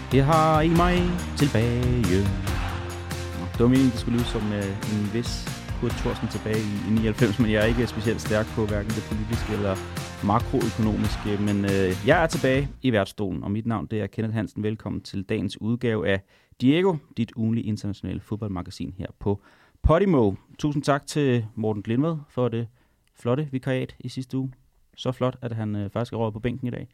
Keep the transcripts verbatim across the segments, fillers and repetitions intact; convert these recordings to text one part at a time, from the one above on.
Jeg har i mig tilbage. Det var meningen, det skulle lyde som uh, en vis Kurt Thorsen tilbage i, i nioghalvfems, men jeg er ikke specielt stærk på hverken det politiske eller makroøkonomiske, men uh, jeg er tilbage i værtsstolen, og mit navn det er Kenneth Hansen. Velkommen til dagens udgave af Diego, dit ugenlige internationale fodboldmagasin her på Podimo. Tusind tak til Morten Glindvad for det flotte vikariat i sidste uge. Så flot, at han øh, faktisk er røget på bænken i dag.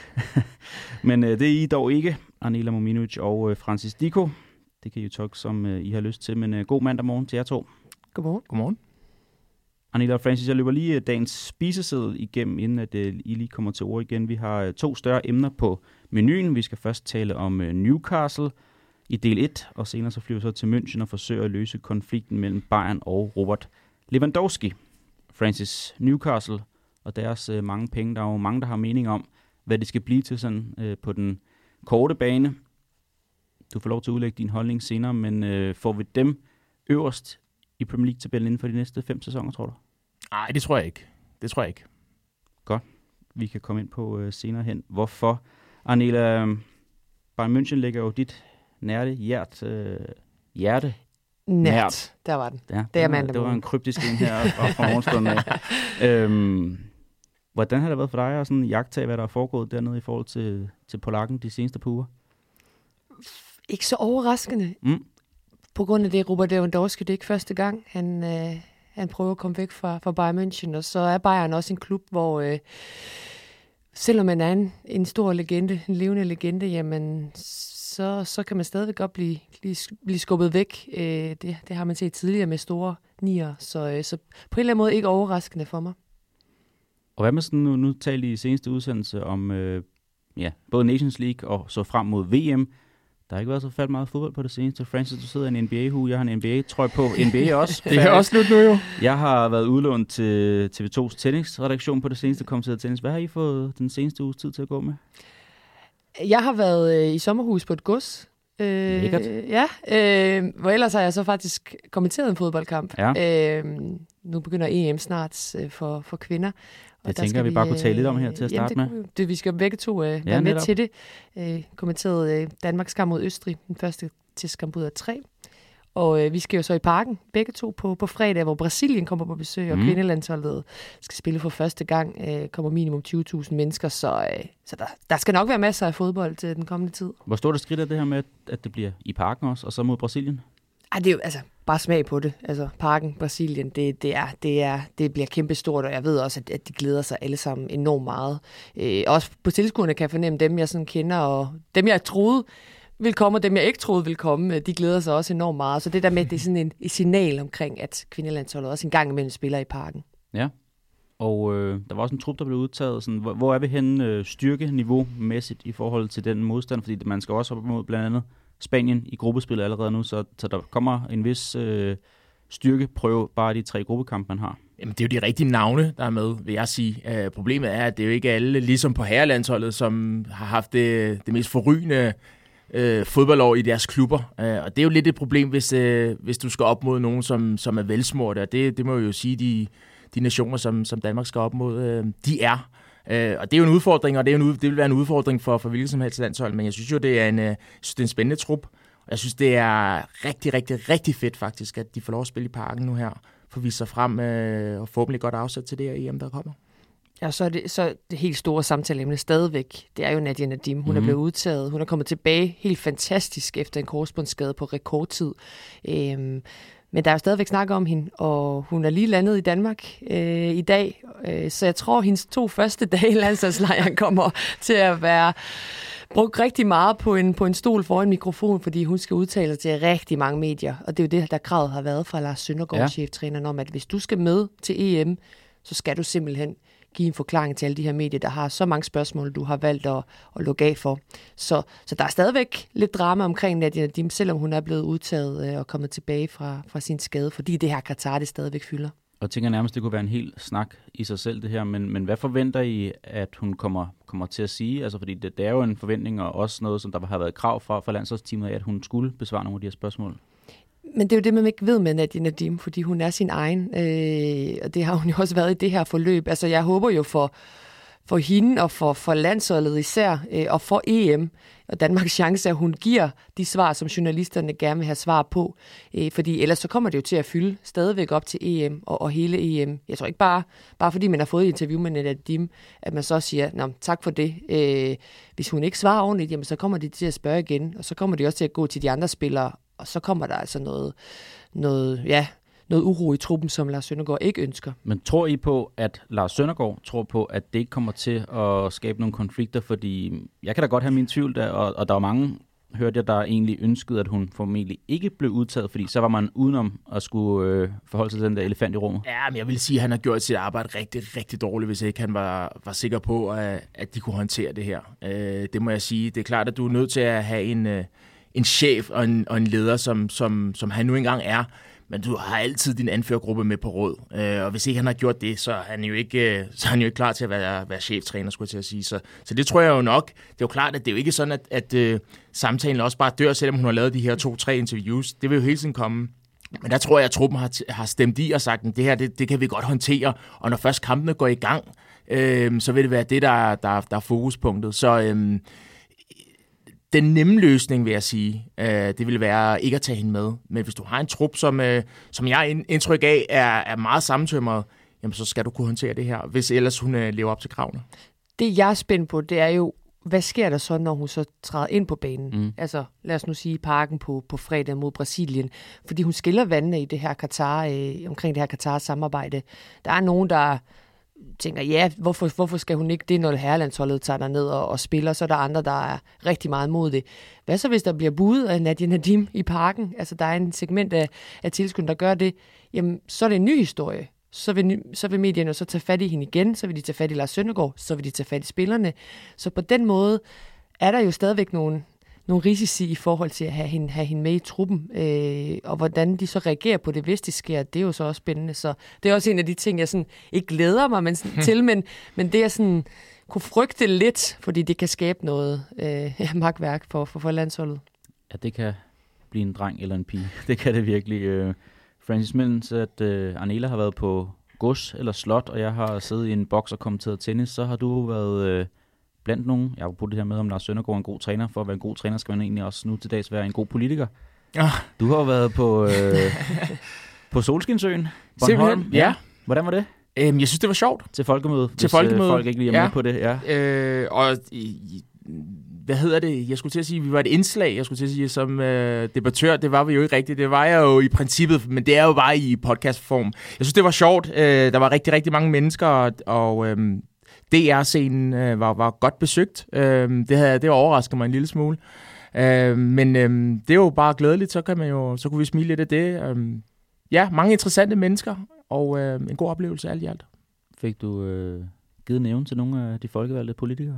Men øh, det er I dog ikke, Arnela Mominovic og øh, Francis Dicko. Det kan I jo tolke, som øh, I har lyst til. Men øh, god mandag morgen til jer to. Godmorgen. Godmorgen. Arnela og Francis, jeg løber lige øh, dagens spiseseddel igennem, inden at øh, I lige kommer til ord igen. Vi har øh, to større emner på menuen. Vi skal først tale om øh, Newcastle i del et, og senere så flyver vi så til München og forsøger at løse konflikten mellem Bayern og Robert Lewandowski. Francis, Newcastle og deres øh, mange penge. Der er jo mange, der har mening om, hvad det skal blive til sådan øh, på den korte bane. Du får lov til at udlægge din holdning senere, men øh, får vi dem øverst i Premier League-tabellen inden for de næste fem sæsoner, tror du? Nej, det tror jeg ikke. Det tror jeg ikke. Godt. Vi kan komme ind på øh, senere hen. Hvorfor? Arnela, øh, Bayern München ligger jo dit nærte hjert, øh, hjerte. Nært, der var den. Ja, det, er det, det var en kryptisk en her fra, fra morgenstunden af. øhm, hvordan har det været for dig at sådan jagtage, hvad der er foregået dernede i forhold til, til polakken de seneste par uger? Ikke så overraskende. Mm. På grund af det, Robert Lewandowski, det er ikke første gang, han, øh, han prøver at komme væk fra, fra Bayern München, og så er Bayern også en klub, hvor øh, selvom man er en, en stor legende, en levende legende, jamen Så, så kan man stadigvæk godt blive, blive, blive skubbet væk. Øh, det, det har man set tidligere med store nier, så, øh, så på en eller anden måde ikke overraskende for mig. Og hvad med sådan, nu, nu talte I i seneste udsendelse om øh, ja, både Nations League og så frem mod V M. Der har ikke været så fat meget fodbold på det seneste. Francis, du sidder i en N B A-hue, jeg har en N B A-trøje på. N B A også. Det er også slut nu jo. Jeg har været udlånt til T V tos tennisredaktion på det seneste, kommenteret tennis. Hvad har I fået den seneste uges tid til at gå med? Jeg har været øh, i sommerhus på et gods. Øh, Lækkert. Ja, øh, hvor ellers har jeg så faktisk kommenteret en fodboldkamp. Ja. Øh, nu begynder E M snart øh, for, for kvinder. Og det tænker vi, vi bare kunne tale lidt om her til at starte jamen, det, med. Det, vi skal begge to øh, være ja, med til det. Øh, kommenteret øh, Danmarks kamp mod Østrig, den første til kamp ud af tre. Og øh, vi skal jo så i parken, begge to på, på fredag, hvor Brasilien kommer på besøg, og mm. kvindelandsholdet skal spille for første gang. Øh, kommer minimum tyve tusind mennesker, så, øh, så der, der skal nok være masser af fodbold til den kommende tid. Hvor stort et skridt er det her med, at det bliver i parken også, og så mod Brasilien? Ej, det er jo altså bare smag på det. Altså parken, Brasilien, det, det, er, det, er, det bliver kæmpestort, og jeg ved også, at, at de glæder sig alle sammen enormt meget. Øh, også på tilskuerne kan jeg fornemme dem, jeg sådan kender, og dem, jeg troede vil komme, og dem, jeg ikke troede vil komme, de glæder sig også enormt meget. Så det der med, det er sådan en, et signal omkring, at kvindelandsholdet også en gang imellem spiller i parken. Ja, og øh, der var også en trup, der blev udtaget. Sådan, hvor, hvor er vi henne øh, styrkeniveau-mæssigt i forhold til den modstand? Fordi man skal også op imod blandt andet Spanien i gruppespillet allerede nu, så, så der kommer en vis øh, styrkeprøve bare i de tre gruppekampe, man har. Jamen, det er jo de rigtige navne, der er med, vil jeg sige. Uh, problemet er, at det er jo ikke alle, ligesom på herrelandsholdet, som har haft det, det mest forrygende øh, fodboldår i deres klubber. Uh, og det er jo lidt et problem, hvis, øh, hvis du skal op mod nogen, som, som er velsmurte. Og det, det må jo sige, de, de nationer, som, som Danmark skal op mod, øh, de er. Uh, og det er jo en udfordring, og det, er en, det vil være en udfordring for, for hvilket som helst landshold. Men jeg synes jo, det er en, øh, synes, det er en spændende trup. Og jeg synes, det er rigtig, rigtig, rigtig fedt faktisk, at de får lov at spille i parken nu her. For at vise sig frem øh, og forhåbentlig godt afsæt til det her E M, der kommer. Ja, så er det, så det helt store samtaleemne stadigvæk, det er jo Nadia Nadim. Hun mm. er blevet udtaget. Hun er kommet tilbage helt fantastisk efter en korsbåndsskade på rekordtid. Øhm, men der er jo stadigvæk snak om hende, og hun er lige landet i Danmark øh, i dag. Øh, så jeg tror, at hendes to første dage i landsholdslejren kommer til at være brugt rigtig meget på en, på en stol foran mikrofon, fordi hun skal udtale sig til rigtig mange medier. Og det er jo det, der kravet har været fra Lars Søndergaard, ja. cheftræneren, om, at hvis du skal med til E M, så skal du simpelthen give en forklaring til alle de her medier, der har så mange spørgsmål, du har valgt at, at lukke af for. Så, så der er stadigvæk lidt drama omkring Nadia Nadim, selvom hun er blevet udtaget og kommet tilbage fra, fra sin skade, fordi det her Qatar, det stadigvæk fylder. Og jeg tænker nærmest, det kunne være en hel snak i sig selv, det her. Men, men hvad forventer I, at hun kommer, kommer til at sige? Altså, fordi det, det er jo en forventning, og også noget, som der har været krav fra, fra landsholdsteamet, at hun skulle besvare nogle af de her spørgsmål. Men det er jo det, man ikke ved med Nadia Nadim, fordi hun er sin egen, øh, og det har hun jo også været i det her forløb. Altså, jeg håber jo for, for hende og for, for landsholdet især, øh, og for E M og Danmarks chance, at hun giver de svar, som journalisterne gerne vil have svar på. Øh, fordi ellers så kommer det jo til at fylde stadigvæk op til E M og, og hele E M. Jeg tror ikke bare, bare fordi man har fået et interview med Nadim, at man så siger, nå, tak for det. Øh, hvis hun ikke svarer ordentligt, jamen, så kommer de til at spørge igen, og så kommer de også til at gå til de andre spillere, og så kommer der altså noget, noget ja, noget uro i truppen, som Lars Søndergaard ikke ønsker. Men tror I på, at Lars Søndergaard tror på, at det ikke kommer til at skabe nogle konflikter? Fordi jeg kan da godt have min tvivl der, og, og der var mange, hørte jeg, der egentlig ønskede, at hun formentlig ikke blev udtaget, fordi så var man udenom at skulle øh, forholde sig til den der elefant i rummet. Ja, men jeg vil sige, at han har gjort sit arbejde rigtig, rigtig dårligt, hvis ikke han var, var sikker på, at, at de kunne håndtere det her. Øh, det må jeg sige. Det er klart, at du er nødt til at have en, øh, en chef og en, og en leder, som, som, som han nu engang er. Men du har altid din anførergruppe med på råd. Øh, og hvis ikke han har gjort det, så er han jo ikke, øh, så er han jo ikke klar til at være, være cheftræner, skulle jeg til at sige. Så, så det tror jeg jo nok. Det er jo klart, at det er jo ikke sådan, at, at øh, samtalen også bare dør, selvom hun har lavet de her to-tre interviews. Det vil jo hele tiden komme. Men der tror jeg, at truppen har, t- har stemt i og sagt, at det her, det, det kan vi godt håndtere. Og når først kampene går i gang, øh, så vil det være det, der, der, der er fokuspunktet. Så øh, den nemme løsning, vil jeg sige, øh, det vil være ikke at tage hende med. Men hvis du har en trup, som, øh, som jeg har indtryk af, er, er meget sammentømret, jamen så skal du kunne håndtere det her, hvis ellers hun øh, lever op til kravene. Det, jeg er spændt på, det er jo, hvad sker der så, når hun så træder ind på banen? Mm. Altså, lad os nu sige Parken på, på fredag mod Brasilien. Fordi hun skiller vandene i det her Katar, øh, omkring det her Katar-samarbejde. Der er nogen, der tænker, ja, hvorfor, hvorfor skal hun ikke det, når herrelandsholdet tager derned og, og spiller? Så er der andre, der er rigtig meget mod det. Hvad så, hvis der bliver budet af Nadia Nadim i Parken? Altså, der er en segment af, af tilskuerne, der gør det. Jamen, så er det en ny historie. Så vil, så vil medierne så tage fat i hende igen, så vil de tage fat i Lars Søndergaard, så vil de tage fat i spillerne. Så på den måde er der jo stadigvæk nogle, nogle risici i forhold til at have hende, have hende med i truppen, øh, og hvordan de så reagerer på det, hvis det sker, det er jo så også spændende. Så det er også en af de ting, jeg sådan, ikke glæder mig men sådan, til, men, men det er sådan kunne frygte lidt, fordi det kan skabe noget øh, magtværk for, for, for landsholdet. Ja, det kan blive en dreng eller en pige. Det kan det virkelig. Øh. Francis Millens, at øh, Arnela har været på gods eller slot, og jeg har siddet i en boks og kommenteret tennis, så har du været øh, blandt nogen. Jeg har brugt det her med, om Lars Søndergaard er en god træner. For at være en god træner, skal man egentlig også nu til dags være en god politiker. Ja. Du har jo været på, øh, på Solskinsøen, Bornholm. Ja. ja. Hvordan var det? Øhm, jeg synes, det var sjovt. Til folkemødet, til folkemødet. folk ikke lige er ja. med på det. Ja. Øh, og i, hvad hedder det? Jeg skulle til at sige, vi var et indslag, jeg skulle til at sige, som øh, debattør. Det var vi jo ikke rigtigt. Det var jeg jo i princippet, men det er jo bare i podcastform. Jeg synes, det var sjovt. Øh, der var rigtig, rigtig mange mennesker, og, og øh, D R-scenen øh, var, var godt besøgt. Øh, det, havde, det overraskede mig en lille smule. Øh, men øh, det er jo bare glædeligt, så, kan man jo, så kunne vi smile lidt af det. Øh, ja, mange interessante mennesker, og øh, en god oplevelse alt i alt. Fik du øh, givet nævn til nogle af de folkevalgte politikere?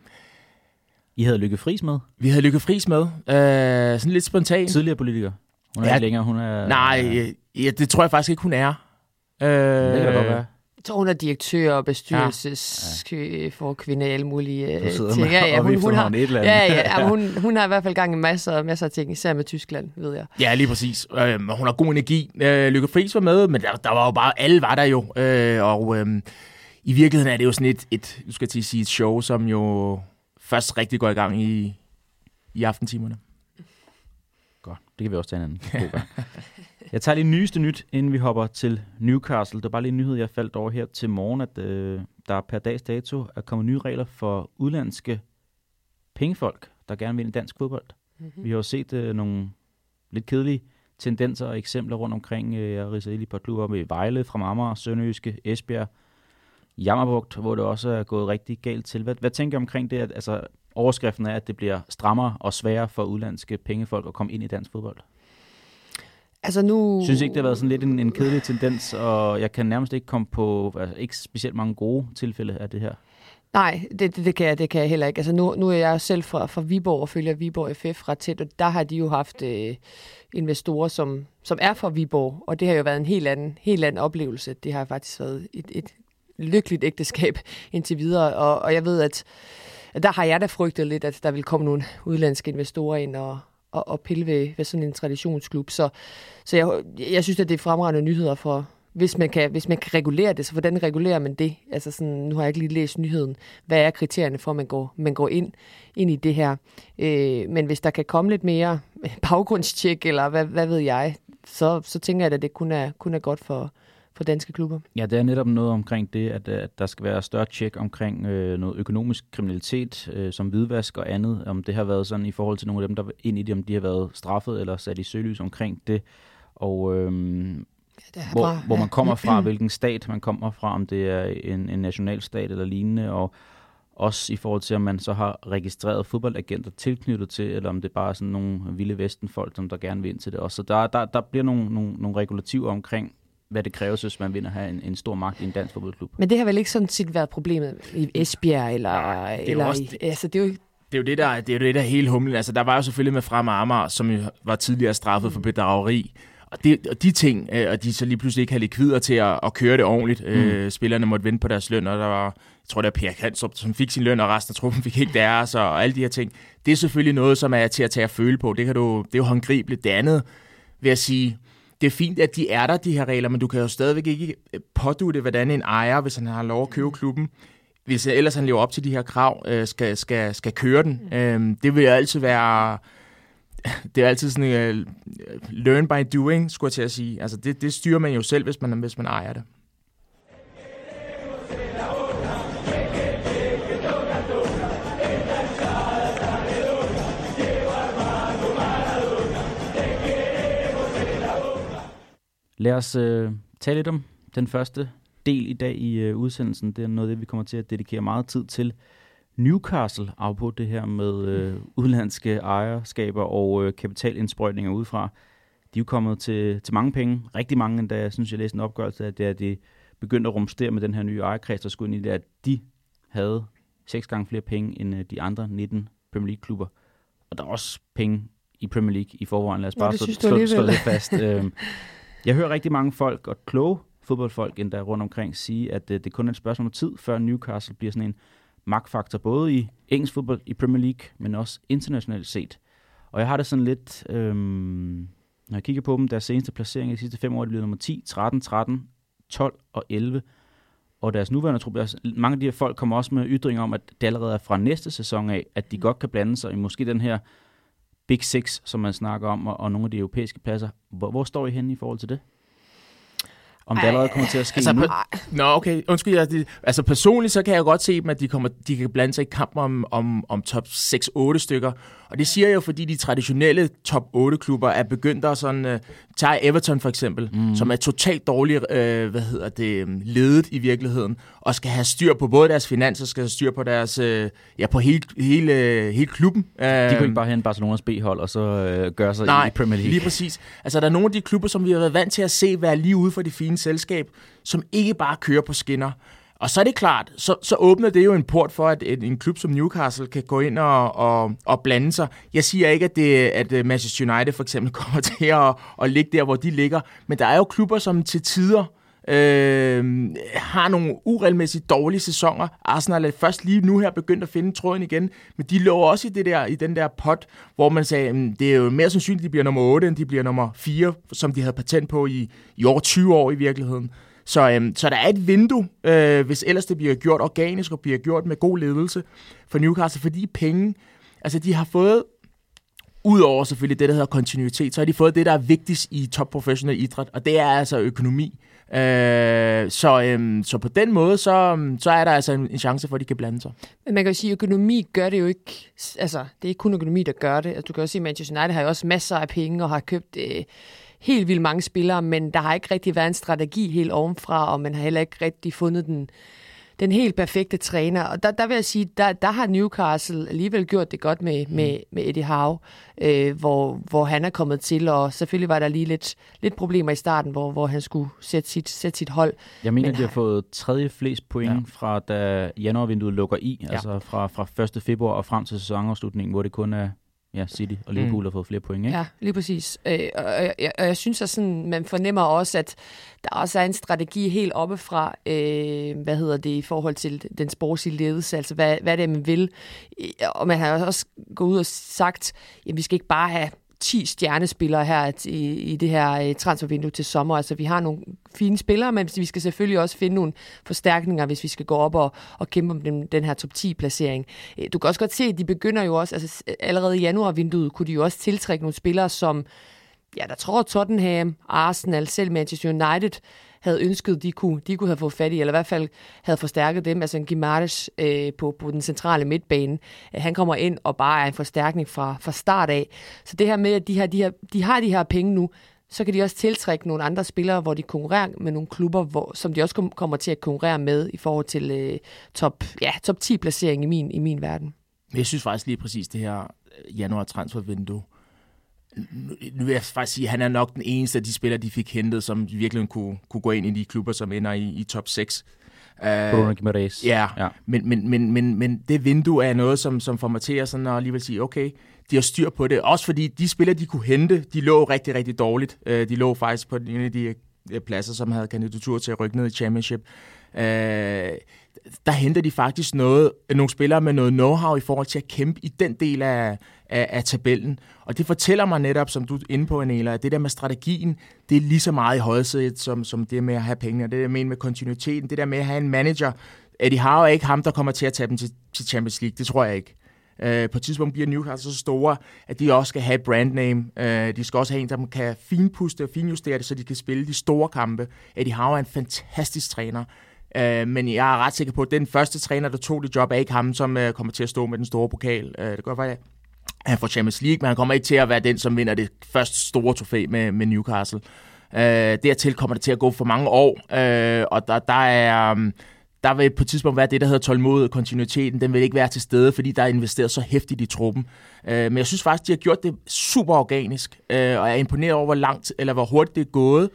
I havde Lykke Friis med? Vi havde Lykke Friis med. Øh, sådan lidt spontant. Tidligere politiker? Hun er ja, ikke længere, hun er... Nej, ja, det tror jeg faktisk ikke, hun er. Øh, det kan da godt være. Jeg tror, hun er direktør og bestyrelses ja. for kvinder alle mulige du sidder ting. Ja, ja, hun, hun, har, et eller andet. ja, ja, ja, hun, hun har i hvert fald gang i masser, masser af ting, især med Tyskland, ved jeg. Ja, lige præcis. Øh, hun har god energi. Øh, Lykke Friis var med, men der, der var jo bare... Alle var der jo. Øh, og øh, i virkeligheden er det jo sådan et, et, du skal til at sige, et show, som jo først rigtig går i gang i, i aftentimerne. Godt, det kan vi også tage en anden god gang. Jeg tager lige nyeste nyt, inden vi hopper til Newcastle. Der er bare lige en nyhed, jeg faldt over her til morgen, at øh, der per dags dato er kommet nye regler for udlandske pengefolk, der gerne vil ind i dansk fodbold. Mm-hmm. Vi har jo set øh, nogle lidt kedelige tendenser og eksempler rundt omkring. Øh, jeg ridser lige på klubber med Vejle, fra Amager, Sønderjyske, Esbjerg, Jammerbugt, hvor det også er gået rigtig galt til. Hvad, hvad tænker jeg omkring det? At, altså, overskriften er, at det bliver strammere og sværere for udlandske pengefolk at komme ind i dansk fodbold. Altså nu... Jeg synes ikke, det har været sådan lidt en, en kedelig tendens, og jeg kan nærmest ikke komme på altså, ikke specielt mange gode tilfælde af det her. Nej, det, det, det, kan, jeg, det kan jeg heller ikke. Altså nu, nu er jeg selv fra, fra Viborg og følger Viborg F F ret tæt, og der har de jo haft øh, investorer, som, som er fra Viborg, og det har jo været en helt anden, helt anden oplevelse. Det har faktisk været et, et lykkeligt ægteskab indtil videre, og, og jeg ved, at, at der har jeg da frygtet lidt, at der vil komme nogle udlandske investorer ind og, og, og pille ved, ved sådan en traditionsklub. Så, så jeg, jeg synes, at det er fremragende nyheder for hvis man kan, hvis man kan regulere det, så hvordan regulerer man det? Altså sådan, nu har jeg ikke lige læst nyheden. Hvad er kriterierne for, at man går, man går ind, ind i det her? Øh, men hvis der kan komme lidt mere baggrundstjek, eller hvad, hvad ved jeg, så, så tænker jeg, at det kun er, kun er godt for, for danske klubber. Ja, det er netop noget omkring det, at, at der skal være større tjek omkring øh, noget økonomisk kriminalitet, øh, som hvidvask og andet. Om det har været sådan i forhold til nogle af dem, der var ind i det, om de har været straffet eller sat i søgelys omkring det. Og øh, ja, hvor, bare, hvor man kommer fra, hvilken stat man kommer fra, om det er en, en nationalstat eller lignende, og også i forhold til, om man så har registreret fodboldagenter tilknyttet til, eller om det bare er sådan nogle vilde vestenfolk, som der gerne vil ind til det også. Så der, der, der bliver nogle, nogle, nogle regulativer omkring, hvad det kræves, hvis man vinder at have en, en stor magt i en dansk fodboldklub. Men det har vel ikke sådan set været problemet i Esbjerg, eller... Nej, det, er eller i, altså, det er jo Det er jo det, der, det er jo det, der er hele humlen. Altså, der var jo selvfølgelig med Fremad Amager, som jo var tidligere straffet for bedrageri. Og, det, og de ting, øh, og de så lige pludselig ikke havde likvider til at, at køre det ordentligt. Mm. Øh, spillerne måtte vente på deres løn, og der var, jeg tror, det er Per Kanstrup, som fik sin løn, og resten af truppen fik ikke deres, og alle de her ting. Det er selvfølgelig noget, som er til at tage at føle på. Det, kan du, det er jo håndgribeligt. Det andet, vil jeg sige, det er fint, at de er der, de her regler, men du kan jo stadigvæk ikke pådutte, hvordan en ejer, hvis han har lov at købe klubben, hvis ellers han lever op til de her krav, øh, skal, skal, skal køre den. Mm. Øhm, det vil jo altid være... Det er altid sådan uh, learn by doing, skulle jeg til at sige. Altså det, det styrer man jo selv, hvis man, hvis man ejer det. Lad os øh, tale lidt om den første del i dag i øh, udsendelsen. Det er noget, det vi kommer til at dedikere meget tid til. Newcastle, apropos det her med øh, udenlandske ejerskaber og øh, kapitalindsprøjtninger udefra. De er jo kommet til, til mange penge, rigtig mange endda. Jeg synes, jeg læste en opgørelse af, at det er, de begyndte at rumstere med den her nye ejerkreds, der skulle ind i det, at de havde seks gange flere penge end øh, de andre nitten Premier League-klubber. Og der er også penge i Premier League i forvejen. Lad os bare ja, slå, slå det fast. Jeg hører rigtig mange folk, og kloge fodboldfolk endda rundt omkring, sige, at øh, det kun er et spørgsmål om tid, før Newcastle bliver sådan en magtfaktor, både i engelsk fodbold, i Premier League, men også internationalt set. Og jeg har det sådan lidt, øhm, når jeg kigger på dem, deres seneste placering i de sidste fem år, det bliver nummer ti, tretten, tretten, tolv og elleve. Og deres nuværende trup, mange af de her folk kommer også med ytringer om, at det allerede er fra næste sæson af, at de godt kan blande sig i måske den her Big Six, som man snakker om, og, og nogle af de europæiske pladser. Hvor, hvor står I henne i forhold til det? Om det allerede kommer til at ske altså, nu? Nå, okay. Undskyld. Altså, altså personligt, så kan jeg godt se dem, at de, kommer, de kan blande sig i kampen om, om, om top seks otte stykker. Og det siger jeg jo, fordi de traditionelle top otte klubber er begyndt at sådan... Uh, tage Everton for eksempel, mm. som er totalt dårligt uh, hvad hedder det, ledet i virkeligheden, og skal have styr på både deres finanser, skal have styr på deres... Uh, ja, på hele, hele, hele klubben. Uh, de kunne ikke bare have en Barcelonas B-hold, og så uh, gøre sig nej, i Premier League. Lige præcis. Altså, der er nogle af de klubber, som vi har været vant til at se være lige ude for det fine selskab, som ikke bare kører på skinner. Og så er det klart, så, så åbner det jo en port for, at en, en klub som Newcastle kan gå ind og, og, og blande sig. Jeg siger ikke, at, det, at Manchester United for eksempel kommer til at, at ligge der, hvor de ligger, men der er jo klubber, som til tider øh, har nogle uregelmæssigt dårlige sæsoner. Arsenal er først lige nu her begyndt at finde tråden igen, men de lå også i, det der, i den der pot, hvor man sagde, at det er jo mere sandsynligt, at de bliver nummer otte, end de bliver nummer fire, som de havde patent på i, i over tyve år i virkeligheden. Så, øhm, så der er et vindue, øh, hvis ellers det bliver gjort organisk og bliver gjort med god ledelse for Newcastle, fordi penge, altså de har fået, udover selvfølgelig det, der hedder kontinuitet, så har de fået det, der er vigtigst i topprofessionel idræt, og det er altså økonomi. Øh, så, øhm, så på den måde, så, så er der altså en, en chance for, at de kan blande sig. Men man kan jo sige, at økonomi gør det jo ikke, altså det er ikke kun økonomi, der gør det. Altså, du kan jo sige, at Manchester United har jo også masser af penge og har købt... Øh, helt vildt mange spillere, men der har ikke rigtig været en strategi helt ovenfra, og man har heller ikke rigtig fundet den, den helt perfekte træner. Og der, der vil jeg sige, der, der har Newcastle alligevel gjort det godt med, mm. med, med Eddie Howe, øh, hvor, hvor han er kommet til, og selvfølgelig var der lige lidt, lidt problemer i starten, hvor, hvor han skulle sætte sit, sætte sit hold. Jeg mener, men, de har fået tredje flest point ja. fra da januarvinduet lukker i, ja. altså fra, fra første februar og frem til sæsonafslutningen, hvor det kun er ja, City og Liverpool mm. har fået flere point, ikke? Ja, lige præcis. Øh, og, og, og, og jeg synes, at sådan, man fornemmer også, at der også er en strategi helt oppefra, øh, hvad hedder det, i forhold til den sportslige ledelse, altså hvad, hvad det er, man vil. Og man har også gået ud og sagt, at vi skal ikke bare have ti stjernespillere her i, i det her uh, transfervindue til sommer. Altså, vi har nogle fine spillere, men vi skal selvfølgelig også finde nogle forstærkninger, hvis vi skal gå op og, og kæmpe om den, den her top ti-placering. Du kan også godt se, at de begynder jo også, altså allerede i januarvinduet, kunne de jo også tiltrække nogle spillere, som, ja, der tror Tottenham, Arsenal, selv Manchester United havde ønsket, de kunne, de kunne have fået fat i, eller i hvert fald havde forstærket dem. Altså en Guimaraes øh, på, på den centrale midtbane, han kommer ind og bare er en forstærkning fra, fra start af. Så det her med, at de, her, de, her, de har de her penge nu, så kan de også tiltrække nogle andre spillere, hvor de konkurrerer med nogle klubber, hvor, som de også kommer til at konkurrere med i forhold til øh, top, ja, top ti-placering i min, i min verden. Jeg synes faktisk lige præcis det her januar-transfervindue. Nu vil jeg faktisk sige, at han er nok den eneste af de spillere, de fik hentet, som virkelig kunne, kunne gå ind i de klubber, som ender i, i top seks. Bruno Guimaraes. Uh, ja, ja. Men, men, men, men, men det vindue er noget, som, som får mig til at sådan, og alligevel sige, okay, de har styr på det. Også fordi de spillere, de kunne hente, de lå rigtig, rigtig dårligt. Uh, de lå faktisk på en af de uh, pladser, som havde kandidatur til at rykke ned i Championship. Uh, der henter de faktisk noget, nogle spillere med noget know-how i forhold til at kæmpe i den del af, af, af tabellen. Og det fortæller mig netop, som du er inde på, Anela, at det der med strategien, det er lige så meget i højsædet, som, som det med at have penge, og det der med, med kontinuiteten, det der med at have en manager. Eddie Howe er ikke ham, der kommer til at tage dem til, til Champions League, det tror jeg ikke. Uh, på et tidspunkt bliver Newcastle så store, at de også skal have et brandname. Uh, de skal også have en, der kan finpuste og finjustere det, så de kan spille de store kampe. Eddie Howe er en fantastisk træner. Uh, men jeg er ret sikker på, at den første træner, der tog det job, er ikke ham, som uh, kommer til at stå med den store pokal. Uh, det går faktisk, han får Champions League, men han kommer ikke til at være den, som vinder det første store trofæ med, med Newcastle. Uh, dertil kommer det til at gå for mange år, uh, og der, der er... Um, Der vil på et tidspunkt være det, der hedder tålmodighed, kontinuiteten. Den vil ikke være til stede, fordi der er investeret så hæftigt i truppen. Men jeg synes faktisk, de har gjort det super organisk, og jeg er imponeret over, hvor langt eller hvor hurtigt det er gået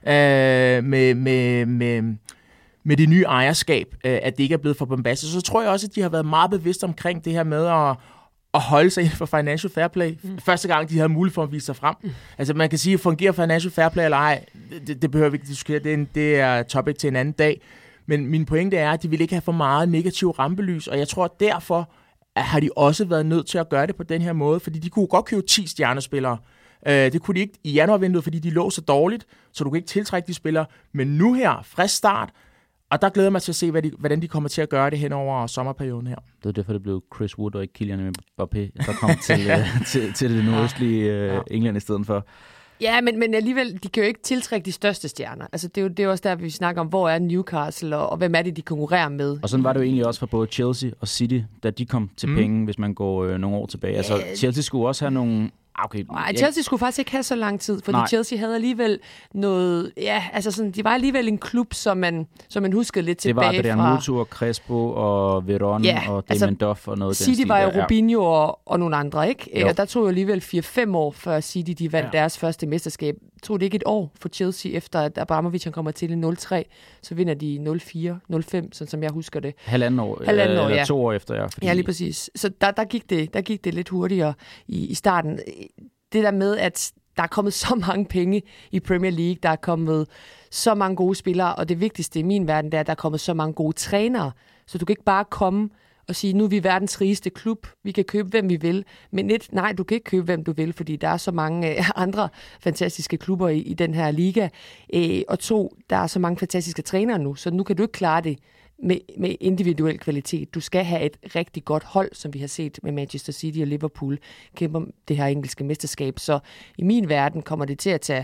med, med, med, med det nye ejerskab, at det ikke er blevet for bombastisk. Så tror jeg også, at de har været meget bevidste omkring det her med at at holde sig inden for financial fair play. Mm. Første gang, de havde mulighed for at vise sig frem. Mm. Altså, man kan sige, at fungerer financial fair play eller ej, det, det behøver vi ikke diskutere. Det er, en, det er topic til en anden dag. Men min pointe er, at de vil ikke have for meget negativ rampelys, og jeg tror, at derfor har de også været nødt til at gøre det på den her måde, fordi de kunne godt købe ti stjernespillere. Det kunne de ikke i januarvinduet, fordi de lå så dårligt, så du kan ikke tiltrække de spillere. Men nu her, frisk start, og der glæder jeg mig til at se, hvad de, hvordan de kommer til at gøre det hen over sommerperioden her. Det er derfor, det blev Chris Wood og ikke Kylian Mbappé, der kom til, ja. til, til det nordøstlige ja. England i stedet for. Ja, men, men alligevel, de kan jo ikke tiltrække de største stjerner. Altså, det er jo, det er også der, vi snakker om, hvor er Newcastle, og, og hvem er det, de konkurrerer med. Og sådan var det jo egentlig også for både Chelsea og City, da de kom til mm. penge, hvis man går øh, nogle år tilbage. Altså, ja. Chelsea skulle også have nogle... Okay, Nej, Chelsea skulle faktisk ikke have så lang tid, fordi Nej. Chelsea havde alligevel noget... Ja, altså sådan, de var alligevel en klub, som man, som man huskede lidt tilbage fra... Det var Adrian Mutu og Crespo og Veron ja, og Damien altså, Duff og noget City den var jo der. Robinho og, og nogle andre, ikke? Jo. Og der tog jo alligevel fire fem år, før City de vandt ja. deres første mesterskab. Jeg tror det ikke et år for Chelsea, efter at Abramovich kommer til i nul tre, så vinder de nul fire, nul fem, sådan som jeg husker det. Halvanden år, Halvanden år eller ja. to år efter, ja. Fordi... Ja, lige præcis. Så der, der, gik det, der gik det lidt hurtigere i, i starten. Det der med, at der er kommet så mange penge i Premier League, der er kommet så mange gode spillere, og det vigtigste i min verden, det er, at der er kommet så mange gode trænere. Så du kan ikke bare komme og sige, nu er vi verdens rigeste klub, vi kan købe, hvem vi vil. Men et, nej, du kan ikke købe, hvem du vil, fordi der er så mange øh, andre fantastiske klubber i, i den her liga. Øh, og to, der er så mange fantastiske trænere nu, så nu kan du ikke klare det med, med individuel kvalitet. Du skal have et rigtig godt hold, som vi har set med Manchester City og Liverpool, kæmpe om det her engelske mesterskab. Så i min verden kommer det til at tage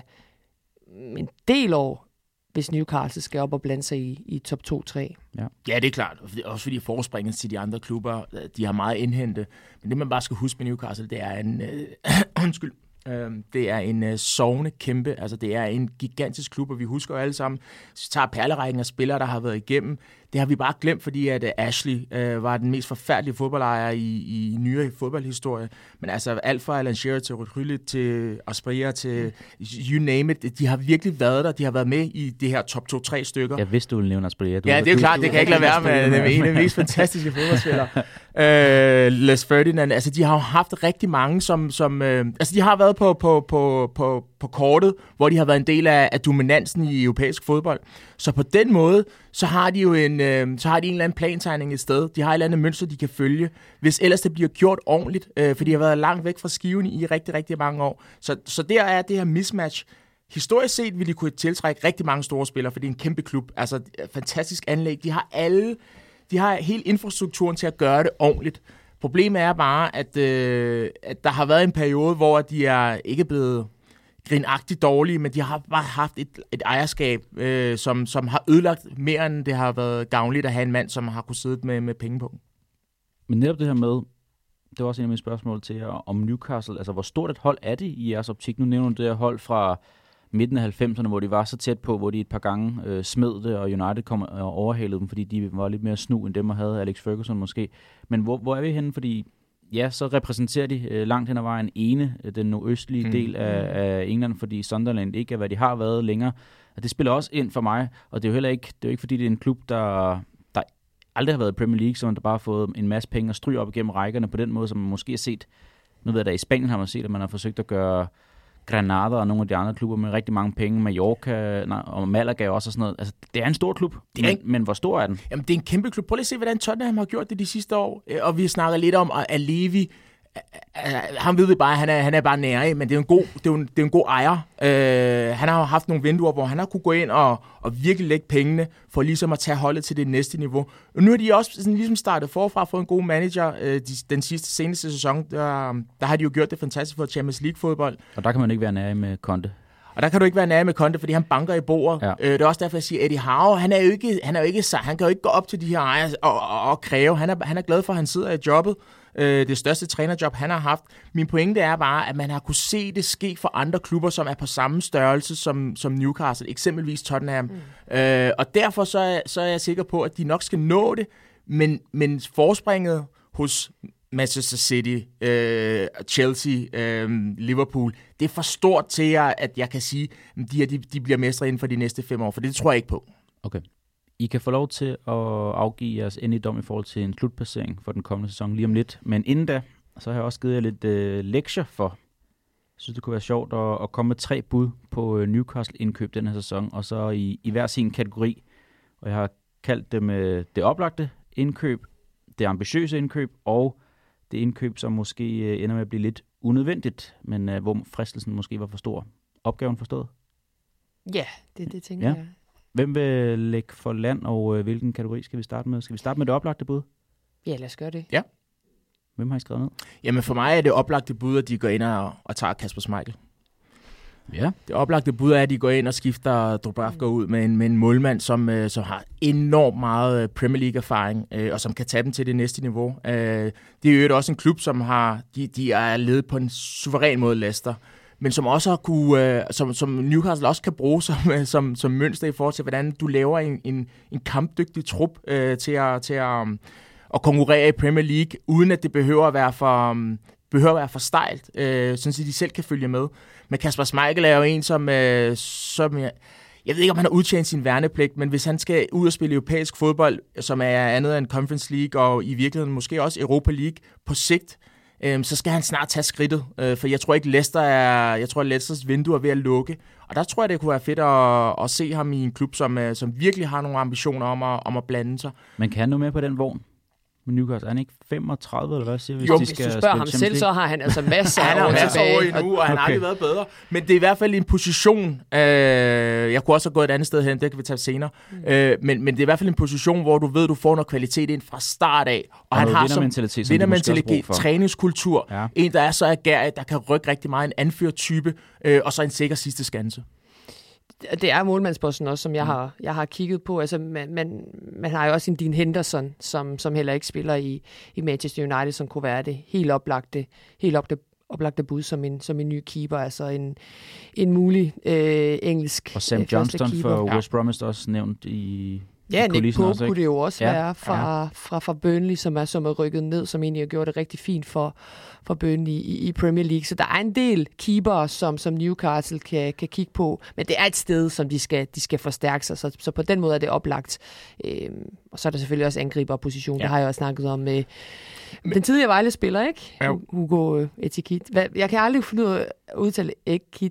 en del år, hvis Newcastle skal op og blande sig i, i top to tre. Ja. ja, det er klart. Også fordi forspringet til de andre klubber, de har meget indhente. Men det, man bare skal huske med Newcastle, det er en... Øh, undskyld. Det er en uh, sovende kæmpe, altså det er en gigantisk klub, og vi husker jo alle sammen, så tager perlerækken af spillere, der har været igennem. Det har vi bare glemt, fordi at uh, Ashley uh, var den mest forfærdelige fodboldejer i, i nyere fodboldhistorie. Men altså alt fra Alan Shearer til Ruud Gullit til Asprilla til you name it, de har virkelig været der, de har været med i det her top to tre stykker. Jeg vidste, du ville nævne Asprilla. Ja, det er jo klart, det kan ikke lade være med, med en af de mest fantastiske fodboldspillere. uh, Les Ferdinand, altså de har jo haft rigtig mange, som, som uh, altså de har været på, på, på, på, på kortet, hvor de har været en del af, af dominansen i europæisk fodbold. Så på den måde, så har de jo en, øh, så har de en eller anden plantegning et sted. De har et eller andet mønster, de kan følge, hvis ellers det bliver gjort ordentligt, øh, for de har været langt væk fra skiven i rigtig, rigtig mange år. Så, så der er det her mismatch. Historisk set vil de kunne tiltrække rigtig mange store spillere, for det er en kæmpe klub. Altså, fantastisk anlæg. De har alle, de har hele infrastrukturen til at gøre det ordentligt. Problemet er bare, at, øh, at der har været en periode, hvor de er ikke blevet grinagtigt dårlige, men de har bare haft et, et ejerskab, øh, som, som har ødelagt mere, end det har været gavnligt at have en mand, som har kunnet sidde med, med penge på. Men netop det her med, det var også en af mine spørgsmål til jer om Newcastle. Altså, hvor stort et hold er det i jeres optik? Nu nævner du det her hold fra midten af halvfemserne, hvor de var så tæt på, hvor de et par gange øh, smed det, og United kom og overhalede dem, fordi de var lidt mere snu end dem, og havde Alex Ferguson måske. Men hvor, hvor er vi henne? Fordi ja, så repræsenterer de øh, langt hen ad vejen ene, den nordøstlige mm. del af, af England, fordi Sunderland ikke er, hvad de har været længere. Og det spiller også ind for mig, og det er jo heller ikke, det er jo ikke fordi, det er en klub, der, der aldrig har været i Premier League, som der bare har fået en masse penge og stryge op igennem rækkerne på den måde, som man måske har set. Nu ved jeg, at i Spanien har man set, at man har forsøgt at gøre Granada og nogle af de andre klubber med rigtig mange penge, Mallorca nej, og Malaga også og sådan noget. Altså, det er en stor klub, men, en, men hvor stor er den? Jamen, det er en kæmpe klub. Prøv lige at se, hvordan Tottenham har gjort det de sidste år. Og vi snakker lidt om, at Alevi, han ved vi bare, han er, han er bare nære, men det er en god, det er en, det er en god ejer. Uh, han har jo haft nogle vinduer, hvor han har kunne gå ind og, og virkelig lægge pengene for ligesom at tage holdet til det næste niveau. Og nu har de også sådan, ligesom startet forfra for en god manager. Uh, de, den sidste seneste sæson, der, der har de jo gjort det fantastisk for Champions League-fodbold. Og der kan man ikke være nære med Conte. Og der kan du ikke være nære med Conte, fordi han banker i bordet. Ja. Øh, det er også derfor, jeg siger, Eddie Howe, han er jo ikke, han er jo ikke, han kan jo ikke gå op til de her ejere og, og, og kræve. Han er, han er glad for, at han sidder i jobbet. Øh, det største trænerjob, han har haft. Min pointe er bare, at man har kunne se det ske for andre klubber, som er på samme størrelse som, som Newcastle, eksempelvis Tottenham. Mm. Øh, og derfor så er, så er jeg sikker på, at de nok skal nå det, men, men forspringet hos Manchester City, øh, Chelsea, øh, Liverpool, det er for stort til, at jeg kan sige, at de, her, de, de bliver mestre inden for de næste fem år, for det tror jeg ikke på. Okay. I kan få lov til at afgive jeres endelige dom i forhold til en slutplacering for den kommende sæson lige om lidt, men inden da, så har jeg også givet jer lidt øh, lektier for. Jeg synes, det kunne være sjovt at, at komme med tre bud på Newcastle-indkøb den her sæson, og så i, i hver sin kategori. Og jeg har kaldt dem øh, det oplagte indkøb, det ambitiøse indkøb, og det indkøb, som måske øh, ender med at blive lidt unødvendigt, men øh, hvor fristelsen måske var for stor. Opgaven forstået? Ja, det, det tænker ja. jeg. Hvem vil lægge for land, og øh, hvilken kategori skal vi starte med? Skal vi starte med det oplagte bud? Ja, lad os gøre det. Ja. Hvem har I skrevet ned? Jamen for mig er det oplagte bud, at de går ind og, og tager Kasper Schmeichel. Ja. Det oplagte bud er, at de går ind og skifter Dubravka ud med en, med en målmand, som, øh, som har enormt meget Premier League-erfaring, øh, og som kan tage dem til det næste niveau. Øh, det er jo også en klub, som har, de, de er ledet på en suveræn måde, Leicester, men som også har kunne, øh, som, som Newcastle også kan bruge som, øh, som, som mønster i forhold til, hvordan du laver en, en, en kampdygtig trup øh, til, at, til at, um, at konkurrere i Premier League, uden at det behøver at være for... Um, behøver at være for stejlt, øh, sådan at de selv kan følge med. Men Kasper Schmeichel er jo en, som, øh, som jeg, jeg ved ikke, om han har udtjent sin værnepligt, men hvis han skal ud og spille europæisk fodbold, som er andet end Conference League, og i virkeligheden måske også Europa League på sigt, øh, så skal han snart tage skridtet. Øh, for jeg tror ikke, Leicester er, jeg tror, at Leicesters vindue er ved at lukke. Og der tror jeg, det kunne være fedt at, at se ham i en klub, som, som virkelig har nogle ambitioner om at, om at blande sig. Men kan han nu med på den vogn? Men Newcastle, er han ikke femogtredive, eller hvad siger hvis jo, de skal hvis du spørger ham selv, så har han altså masser af år masser tilbage. år endnu, og han har okay. aldrig været bedre. Men det er i hvert fald en position, øh, jeg kunne også have gået et andet sted hen, det kan vi tage senere, mm. øh, men, men det er i hvert fald en position, hvor du ved, du får noget kvalitet ind fra start af, og, og han har som vindermentalitet, træningskultur, ja. En, der er så agerig, der kan rykke rigtig meget, en anførtype, øh, og så en sikker sidste skanse. Det er målmandsposten også, som jeg har, jeg har kigget på. Altså, man, man, man har jo også en Dean Henderson, som, som heller ikke spiller i, i Manchester United, som kunne være det helt oplagte, helt op det, oplagte bud som en, som en ny keeper. Altså en, en mulig øh, engelsk og Sam øh, Johnston keeper. for West Bromwich også nævnt i Ja, Nick Pope også, kunne det jo også ja. være fra, ja. fra, fra Burnley, som er, som er rykket ned, som egentlig har gjort det rigtig fint for, for Burnley i, i Premier League. Så der er en del keepere, som, som Newcastle kan, kan kigge på, men det er et sted, som de skal, de skal forstærke sig, så, så på den måde er det oplagt. Øhm, og så er der selvfølgelig også angriberposition, ja. Det har jeg også snakket om med men, den tidligere Vejle-spiller, ikke? Ja. Hugo Ekitike. Jeg kan aldrig finde ud af at udtale Ekitike.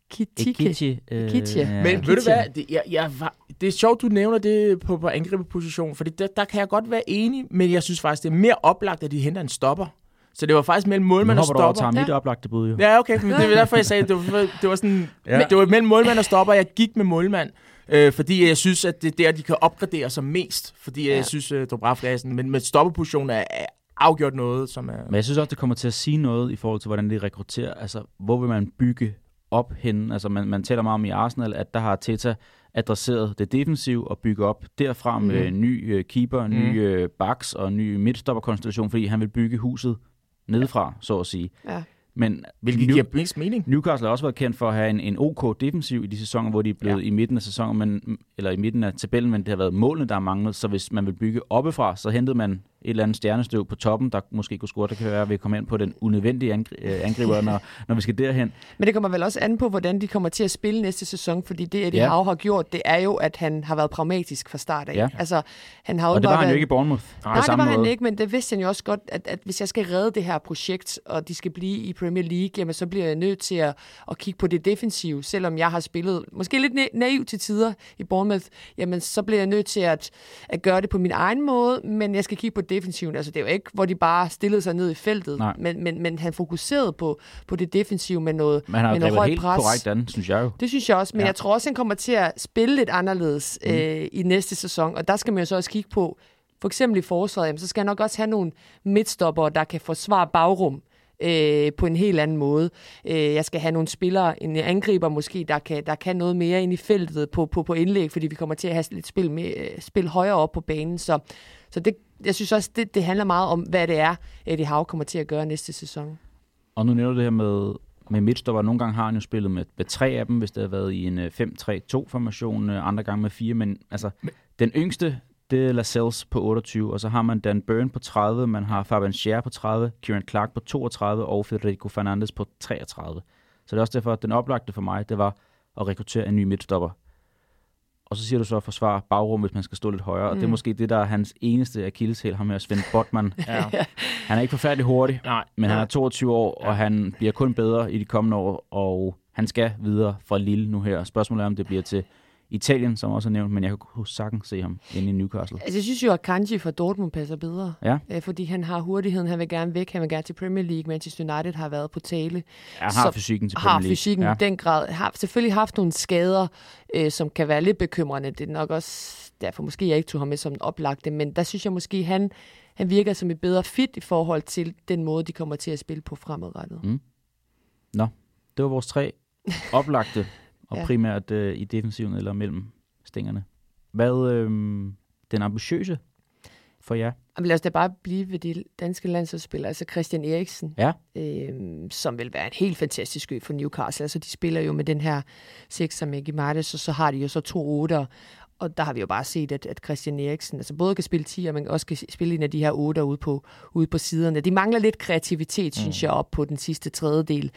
Ekitike. Ekitike. Øh, Men ved du hvad, det, jeg, jeg, det er sjovt, du nævner det på, på angriberposition, for der, der kan jeg godt være enig, men jeg synes faktisk, det er mere oplagt, at de henter en stopper. Så det var faktisk mellem målmand og stopper. Nu hopper du over og tager mit oplagte bud, jo. Ja, okay, men det er derfor, jeg sagde, det var, det var sådan, ja. det var mellem målmand og stopper, jeg gik med målmand. Øh, fordi jeg synes, at det er der, de kan opgradere sig mest. Fordi ja. jeg synes, at Dubravka er sådan, men med stopperposition er, er afgjort noget, som er... Men jeg synes også, det kommer til at sige noget i forhold til, hvordan de rekrutterer. Altså, hvor vil man bygge op henne? Altså, man, man taler meget om i Arsenal, at der har Teta adresseret det defensive og bygge op derfra med mm. ny uh, keeper, mm. ny uh, backs og ny midtstopperkonstellation, fordi han vil bygge huset nedefra, så at sige. Ja. Men hvilket New- giver mest mening. Newcastle har også været kendt for at have en, en OK defensiv i de sæsoner, hvor de er blevet ja. i midten af sæsonen, men, eller i midten af tabellen, men det har været målene, der har manglet. Så hvis man vil bygge oppefra, så hentede man et eller andet stjernestøv på toppen, der måske kunne score. Det kan være, at vi kommer ind på den unødvendige angri- angriber, når, når vi skal derhen. Men det kommer vel også an på, hvordan de kommer til at spille næste sæson, fordi det, Eddie ja. Howe har gjort, det er jo, at han har været pragmatisk fra start af. Ja. Altså, han har og det var han været... jo ikke i Bournemouth. Nej, det var måde. han ikke, men det vidste han jo også godt, at, at hvis jeg skal redde det her projekt, og de skal blive i Premier League, jamen, så bliver jeg nødt til at, at kigge på det defensive, selvom jeg har spillet måske lidt naiv til tider i Bournemouth, jamen så bliver jeg nødt til at, at gøre det på min egen måde, men jeg skal kigge på defensiven. Altså det er jo ikke, hvor de bare stillede sig ned i feltet, men, men, men han fokuserede på, på det defensive med noget, men han har med noget højt helt pres. Korrekt an, synes jeg jo. Det synes jeg også, men ja. jeg tror også, han kommer til at spille lidt anderledes mm. øh, i næste sæson, og der skal man jo så også kigge på, for eksempel i forsvaret, jamen, så skal han nok også have nogle midtstopper, der kan forsvare bagrum øh, på en helt anden måde. Øh, jeg skal have nogle spillere, en angriber måske, der kan, der kan noget mere ind i feltet på, på, på indlæg, fordi vi kommer til at have lidt spil, med, spil højere op på banen, så, så det, jeg synes også, det, det handler meget om, hvad det er, Eddie Howe kommer til at gøre næste sæson. Og nu nævner du det her med, med midtstopper. Nogle gange har han jo spillet med, med tre af dem, hvis det har været i en fem tre to-formation, andre gange med fire, men altså, men... den yngste, det er Lascelles på otteogtyve, og så har man Dan Burn på tredive, man har Fabian Schär på tredive, Kieran Clark på toogtredive og Federico Fernandes på treogtredive. Så det er også derfor, at den oplagte for mig, det var at rekruttere en ny midtstopper. Og så siger du så at forsvare bagrum, hvis man skal stå lidt højere. Mm. Og det er måske det, der er hans eneste akilleshæl, ham med Sven Botman. Ja. Han er ikke forfærdelig hurtig, Nej. men Nej. han er toogtyve år, og han bliver kun bedre i de kommende år, og han skal videre fra Lille nu her. Spørgsmålet er, om det bliver til Italien, som også er nævnt, men jeg kunne sagtens se ham inde i Newcastle. Altså, jeg synes jo, at Kanji fra Dortmund passer bedre, ja. øh, fordi han har hurtigheden, han vil gerne væk, han vil gerne til Premier League, Manchester United har været på tale. Ja, han har fysikken til Premier League. Har fysikken ja. i den grad. Har selvfølgelig haft nogle skader, øh, som kan være lidt bekymrende. Det er nok også derfor måske jeg ikke tog ham med som oplagte, men der synes jeg måske, han, han virker som et bedre fit i forhold til den måde, de kommer til at spille på fremadrettet. Mm. Nå, det var vores tre oplagte. Og ja. primært øh, i defensiven eller mellem stængerne. Hvad øh, den ambitiøse for jer? Jamen, lad os da bare blive ved de danske landsholdsspillere. Altså Christian Eriksen, ja. øh, som vil være en helt fantastisk ø for Newcastle. Altså de spiller jo med den her sekser med Gimardes, og så har de jo så to otter. Og der har vi jo bare set, at, at Christian Eriksen altså både kan spille ti, og man også kan spille en af de her otter ude på, ude på siderne. De mangler lidt kreativitet, mm. synes jeg, op på den sidste tredjedel.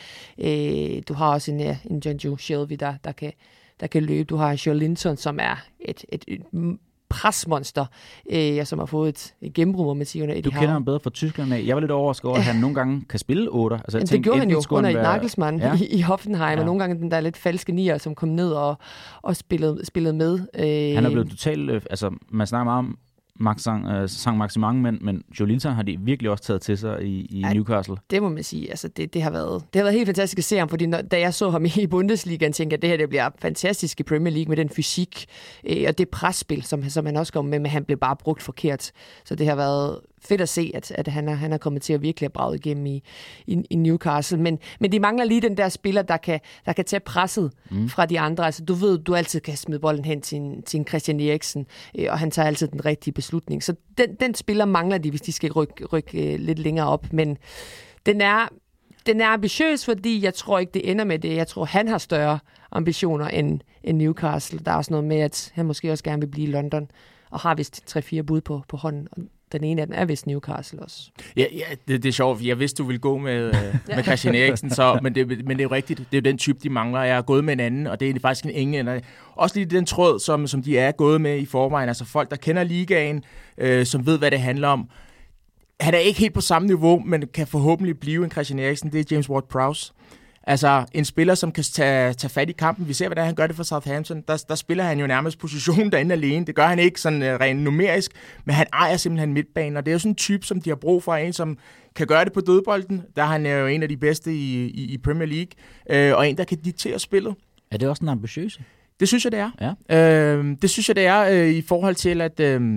Øh, du har også en, en John Joe Shelby, der, der, kan, der kan løbe. Du har Joe Linton, som er et, et, et presmonster, øh, som har fået et, et gennembrud, må man sige, under Eddie Howe. Du kender ham bedre fra Tyskland af. Jeg var lidt overrasket over, at han nogle gange kan spille otter. Altså, det tænkte, gjorde han jo under være... Nagelsmann ja. i, i Hoffenheim, ja. og nogle gange den der lidt falske nier, som kom ned og, og spillede, spillede med. Øh... Han er blevet totalt... Øh, altså, man snakker meget om Saint-Maximin, men, men Joe Linton har de virkelig også taget til sig i, i ja, Newcastle. Det må man sige. Altså, det, det, har været, det har været helt fantastisk at se ham, fordi når, da jeg så ham i Bundesligaen, tænkte jeg, at det her det bliver fantastisk i Premier League med den fysik øh, og det presspil, som, som han også kom med, men han blev bare brugt forkert. Så det har været fedt at se, at, at han, er, han er kommet til at virkelig have braget igennem i, i, i Newcastle. Men, men de mangler lige den der spiller, der kan, der kan tage presset mm. fra de andre. Altså, du ved, du altid kan smide bolden hen til en, til en Christian Eriksen, øh, og han tager altid den rigtige beslutning. Så den, den spiller mangler de, hvis de skal rykke, rykke øh, lidt længere op. Men den er, den er ambitiøs, fordi jeg tror ikke, det ender med det. Jeg tror, han har større ambitioner end, end Newcastle. Der er også noget med, at han måske også gerne vil blive i London, og har vist tre-fire bud på, på hånden. Den ene af dem er vist Newcastle også. Ja, ja det, det er sjovt, jeg vidste, du ville gå med, øh, med Christian Eriksen, så, men, det, men det er jo rigtigt. Det er jo den type, de mangler. Jeg er gået med en anden, og det er faktisk en englænder. Også lige den tråd, som, som de er gået med i forvejen. Altså folk, der kender ligaen, øh, som ved, hvad det handler om. Han er ikke helt på samme niveau, men kan forhåbentlig blive en Christian Eriksen. Det er James Ward-Prowse. Altså, en spiller, som kan tage, tage fat i kampen. Vi ser, hvordan han gør det for Southampton. Der, der spiller han jo nærmest position derinde alene. Det gør han ikke sådan uh, rent numerisk, men han ejer simpelthen midtbanen, og det er jo sådan en type, som de har brug for. En, som kan gøre det på dødbolden. Der er han jo en af de bedste i, i, i Premier League, uh, og en, der kan diktere spillet. Er det også en ambitiøs? Det synes jeg, det er. Ja. Uh, det synes jeg, det er uh, i forhold til, at... Uh,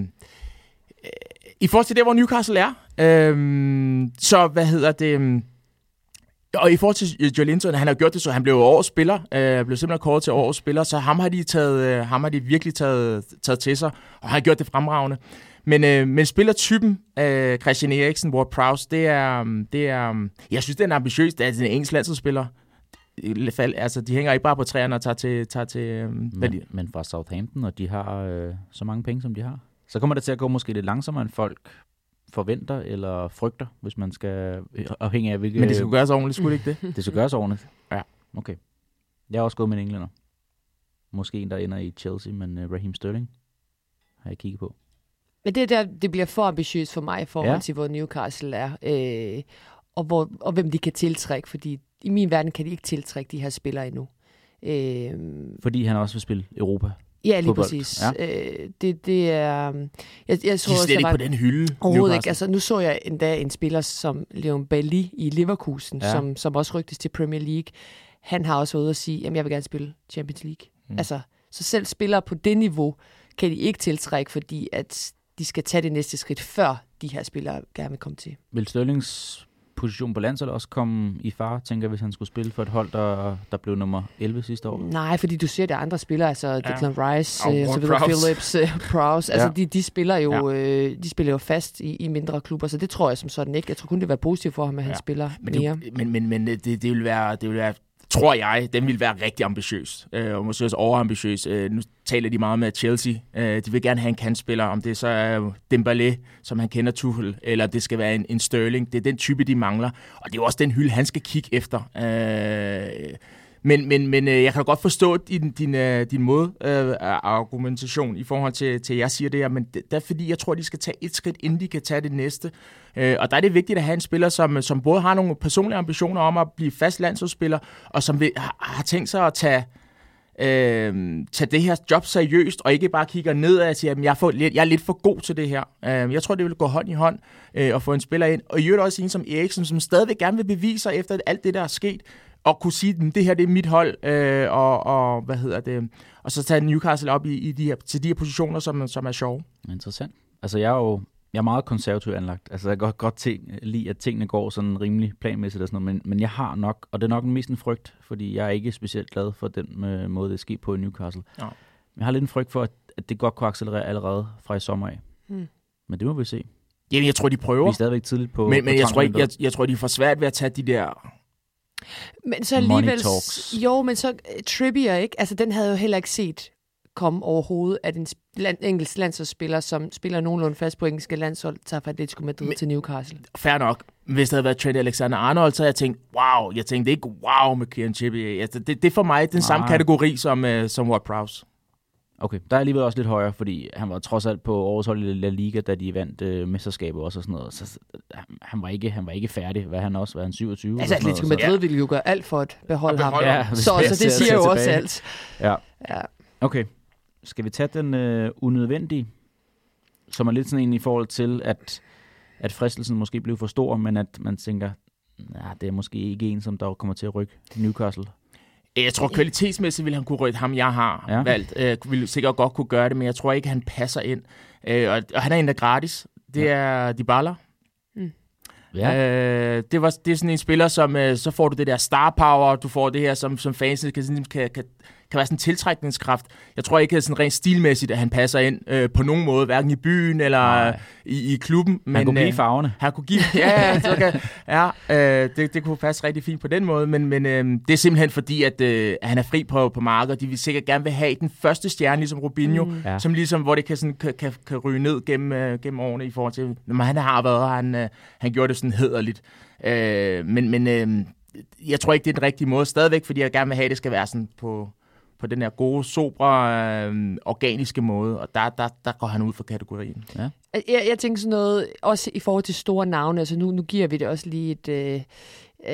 I forhold til det, hvor Newcastle er. Uh, så, hvad hedder det... Og i forhold til Joelinton, han har gjort det, så han blev årets spiller, øh, blev simpelthen kåret til årets spiller, så ham har de, taget, øh, ham har de virkelig taget, taget til sig, og har gjort det fremragende. Men, øh, men spillertypen, øh, Christian Eriksen, Ward-Prowse, det er, det er, jeg synes, det er en ambitiøs, det er en engelsk landsholdsspiller. Altså, de hænger ikke bare på træerne og tager til... Tager til øh, men, men fra Southampton, og de har øh, så mange penge, som de har, så kommer det til at gå måske lidt langsommere, end folk forventer eller frygter, hvis man skal afhængig af hvilke... Men det skal gøres ordentligt, skulle det ikke det? Det skal gøres ordentligt? Ja. Okay. Jeg har også gået med en englænder. Måske en, der ender i Chelsea, men uh, Raheem Sterling har jeg kigget på. Men det er der, det bliver for ambitiøst for mig i forhold ja. til, hvor Newcastle er, øh, og, hvor, og hvem de kan tiltrække, fordi i min verden kan de ikke tiltrække de her spillere endnu. Øh, fordi han også vil spille Europa? Ja, lige fodbold. Præcis. Ja. Øh, det, det er... Jeg, jeg tror, de er slet ikke på den hylde. Overhovedet ikke. Altså, nu så jeg endda en spiller som Leon Bailey i Leverkusen, ja. som, som også rygtes til Premier League. Han har også været ude at sige, at jeg vil gerne spille Champions League. Mm. Altså, så selv spillere på det niveau kan de ikke tiltrække, fordi at de skal tage det næste skridt, før de her spillere gerne vil komme til. Vil Sterlings position på landsholdet også komme i fare, tænker hvis han skulle spille for et hold, der, der blev nummer elleve sidste år? Nej, fordi du ser, der er andre spillere, altså ja. Declan Rice, oh, øh, så videre, Phillips, uh, Prowse, ja. altså de, de, spiller jo, ja. øh, de spiller jo fast i, i mindre klubber, så det tror jeg som sådan ikke. Jeg tror kun, det vil være positivt for ham, at han ja. spiller men mere. Det, men men, men det, det, vil være, det vil være, tror jeg, den vil være rigtig ambitiøs, øh, og måske også overambitiøs. Øh, nu taler de meget med Chelsea. Øh, de vil gerne have en kantspiller, om det så er Dembélé, som han kender Tuchel, eller det skal være en, en Sterling. Det er den type, de mangler, og det er jo også den hylde, han skal kigge efter. Øh, men men, men jeg kan godt forstå din, din, din måde øh, argumentation i forhold til, til, jeg siger det her, men det, det er fordi, jeg tror, de skal tage et skridt, inden de kan tage det næste. Øh, og der er det vigtigt at have en spiller, som, som både har nogle personlige ambitioner om at blive fast landsholdsspiller, og som vil, har, har tænkt sig at tage, øh, tage det her job seriøst, og ikke bare kigger nedad og siger, at jeg, jeg er lidt for god til det her. Øh, jeg tror, det vil gå hånd i hånd øh, at få en spiller ind. Og i øvrigt også en som Eriksen, som stadigvæk gerne vil bevise sig efter alt det, der er sket, og kunne sige, at det her det er mit hold, øh, og, og hvad hedder det, og så tage Newcastle op i, i de her, til de her positioner, som, som er sjove. Interessant. Altså jeg er jo jeg er meget konservativt anlagt. Altså jeg kan godt, godt ting, lide, at tingene går sådan rimelig planmæssigt og sådan noget, men, men jeg har nok, og det er nok mest en frygt, fordi jeg er ikke specielt glad for den øh, måde, det sker på i Newcastle. Ja. Jeg har lidt en frygt for, at, at det godt kunne accelerere allerede fra i sommer af. Hmm. Men det må vi se. Jamen, jeg tror, de prøver. Vi er stadigvæk tidligt på... Men, på men jeg, tror ikke, jeg, jeg tror, de får svært ved at tage de der... Men så alligevel... Jo, men så uh, Trippier, ikke? Altså, den havde jo heller ikke set komme overhovedet, at en land, engelsk landsholdsspiller, som spiller nogenlunde fast på engelske landshold, tager fra Atletico Madrid men, til Newcastle. Fair nok. Hvis det havde været Trent Alexander-Arnold, så havde jeg tænkt, wow. Jeg tænkte ikke, wow med Kieran Trippier. Altså, det, det er for mig den samme kategori som, uh, som Ward-Prowse. Okay, der er alligevel også lidt højere, fordi han var trods alt på årets hold i La Liga, da de vandt øh, mesterskabet også og sådan noget. Så han var ikke, han var ikke færdig. Hvad han også? Var han syvogtyve? Altså Atletico Madrid ja. ville jo gøre alt for at beholde ham. Ja, så, så det siger jo også alt. Ja. ja. Okay, skal vi tage den øh, unødvendige, som er lidt sådan en i forhold til, at, at fristelsen måske blev for stor, men at man tænker, nah, det er måske ikke en, som der kommer til at rykke Newcastle. Jeg tror kvalitetsmæssigt ville han kunne rykke ham, jeg har ja. valgt. Jeg ville sikkert godt kunne gøre det, men jeg tror ikke, han passer ind. Og, og han er en, der gratis. Det ja. er Dybala. Mm. Ja. Øh, det, var, det er sådan en spiller, som så får du det der star power, du får det her, som, som fansen kan, kan, kan, kan være sådan en tiltrækningskraft. Jeg tror ikke, at sådan rent stilmæssigt, at han passer ind øh, på nogen måde, hverken i byen eller i, i klubben. Men, han kunne give farverne. Han kunne give, ja, så kan, ja øh, det, det kunne passe rigtig fint på den måde, men, men øh, det er simpelthen fordi, at, øh, at han er fri på, på markedet. De vil sikkert gerne vil have den første stjerne, ligesom Robinho, mm. ja. som ligesom, hvor det kan, sådan, kan, kan, kan ryge ned gennem, øh, gennem årene i forhold til, når han har været, han, øh, han gjorde det sådan hæderligt. Øh, men men øh, jeg tror ikke, det er den rigtige måde stadigvæk, fordi jeg gerne vil have, at det skal være sådan på... på den her gode, sobre, øh, organiske måde, og der, der, der går han ud for kategorien. Ja. Jeg, jeg tænker sådan noget, også i forhold til store navne, altså nu, nu giver vi det også lige et, øh, ja,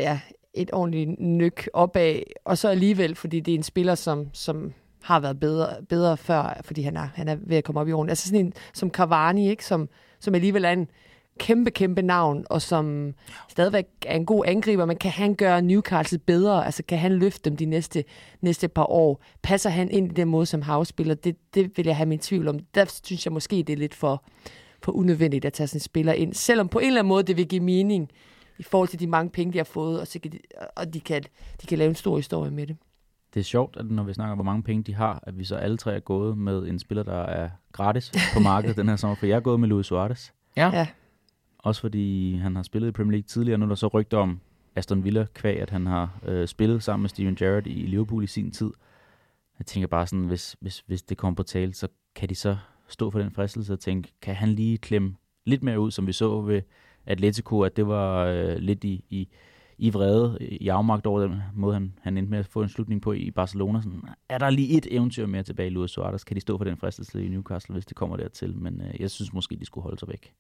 et ordentligt nyk opad, og så alligevel, fordi det er en spiller, som, som har været bedre, bedre før, fordi han er, han er ved at komme op i årene. Altså sådan en som Cavani, ikke? Som, som alligevel er en kæmpe, kæmpe navn, og som stadigvæk er en god angriber, men kan han gøre Newcastle bedre? Altså kan han løfte dem de næste, næste par år? Passer han ind i den måde, som Howe spiller? Det, det vil jeg have min tvivl om. Der synes jeg måske, det er lidt for, for unødvendigt at tage sådan en spiller ind, selvom på en eller anden måde, det vil give mening i forhold til de mange penge, de har fået, og, så kan de, og de, kan, de kan lave en stor historie med det. Det er sjovt, at når vi snakker om, hvor mange penge de har, at vi så alle tre er gået med en spiller, der er gratis på markedet den her sommer, for jeg er gået med Luis Suarez. Ja. ja. Også fordi han har spillet i Premier League tidligere, nu er der så rygter om Aston Villa, kvæg, at han har øh, spillet sammen med Steven Gerrard i Liverpool i sin tid. Jeg tænker bare sådan, hvis, hvis, hvis det kommer på tale, så kan de så stå for den fristelse og tænke, kan han lige klemme lidt mere ud, som vi så ved Atletico, at det var øh, lidt i, i, i vrede, i afmagt over den måde, han, han endte med at få en slutning på i Barcelona. Sådan, er der lige et eventyr mere tilbage i Luis Suarez? Kan de stå for den fristelse i Newcastle, hvis det kommer dertil? Men øh, jeg synes måske, de skulle holde sig væk.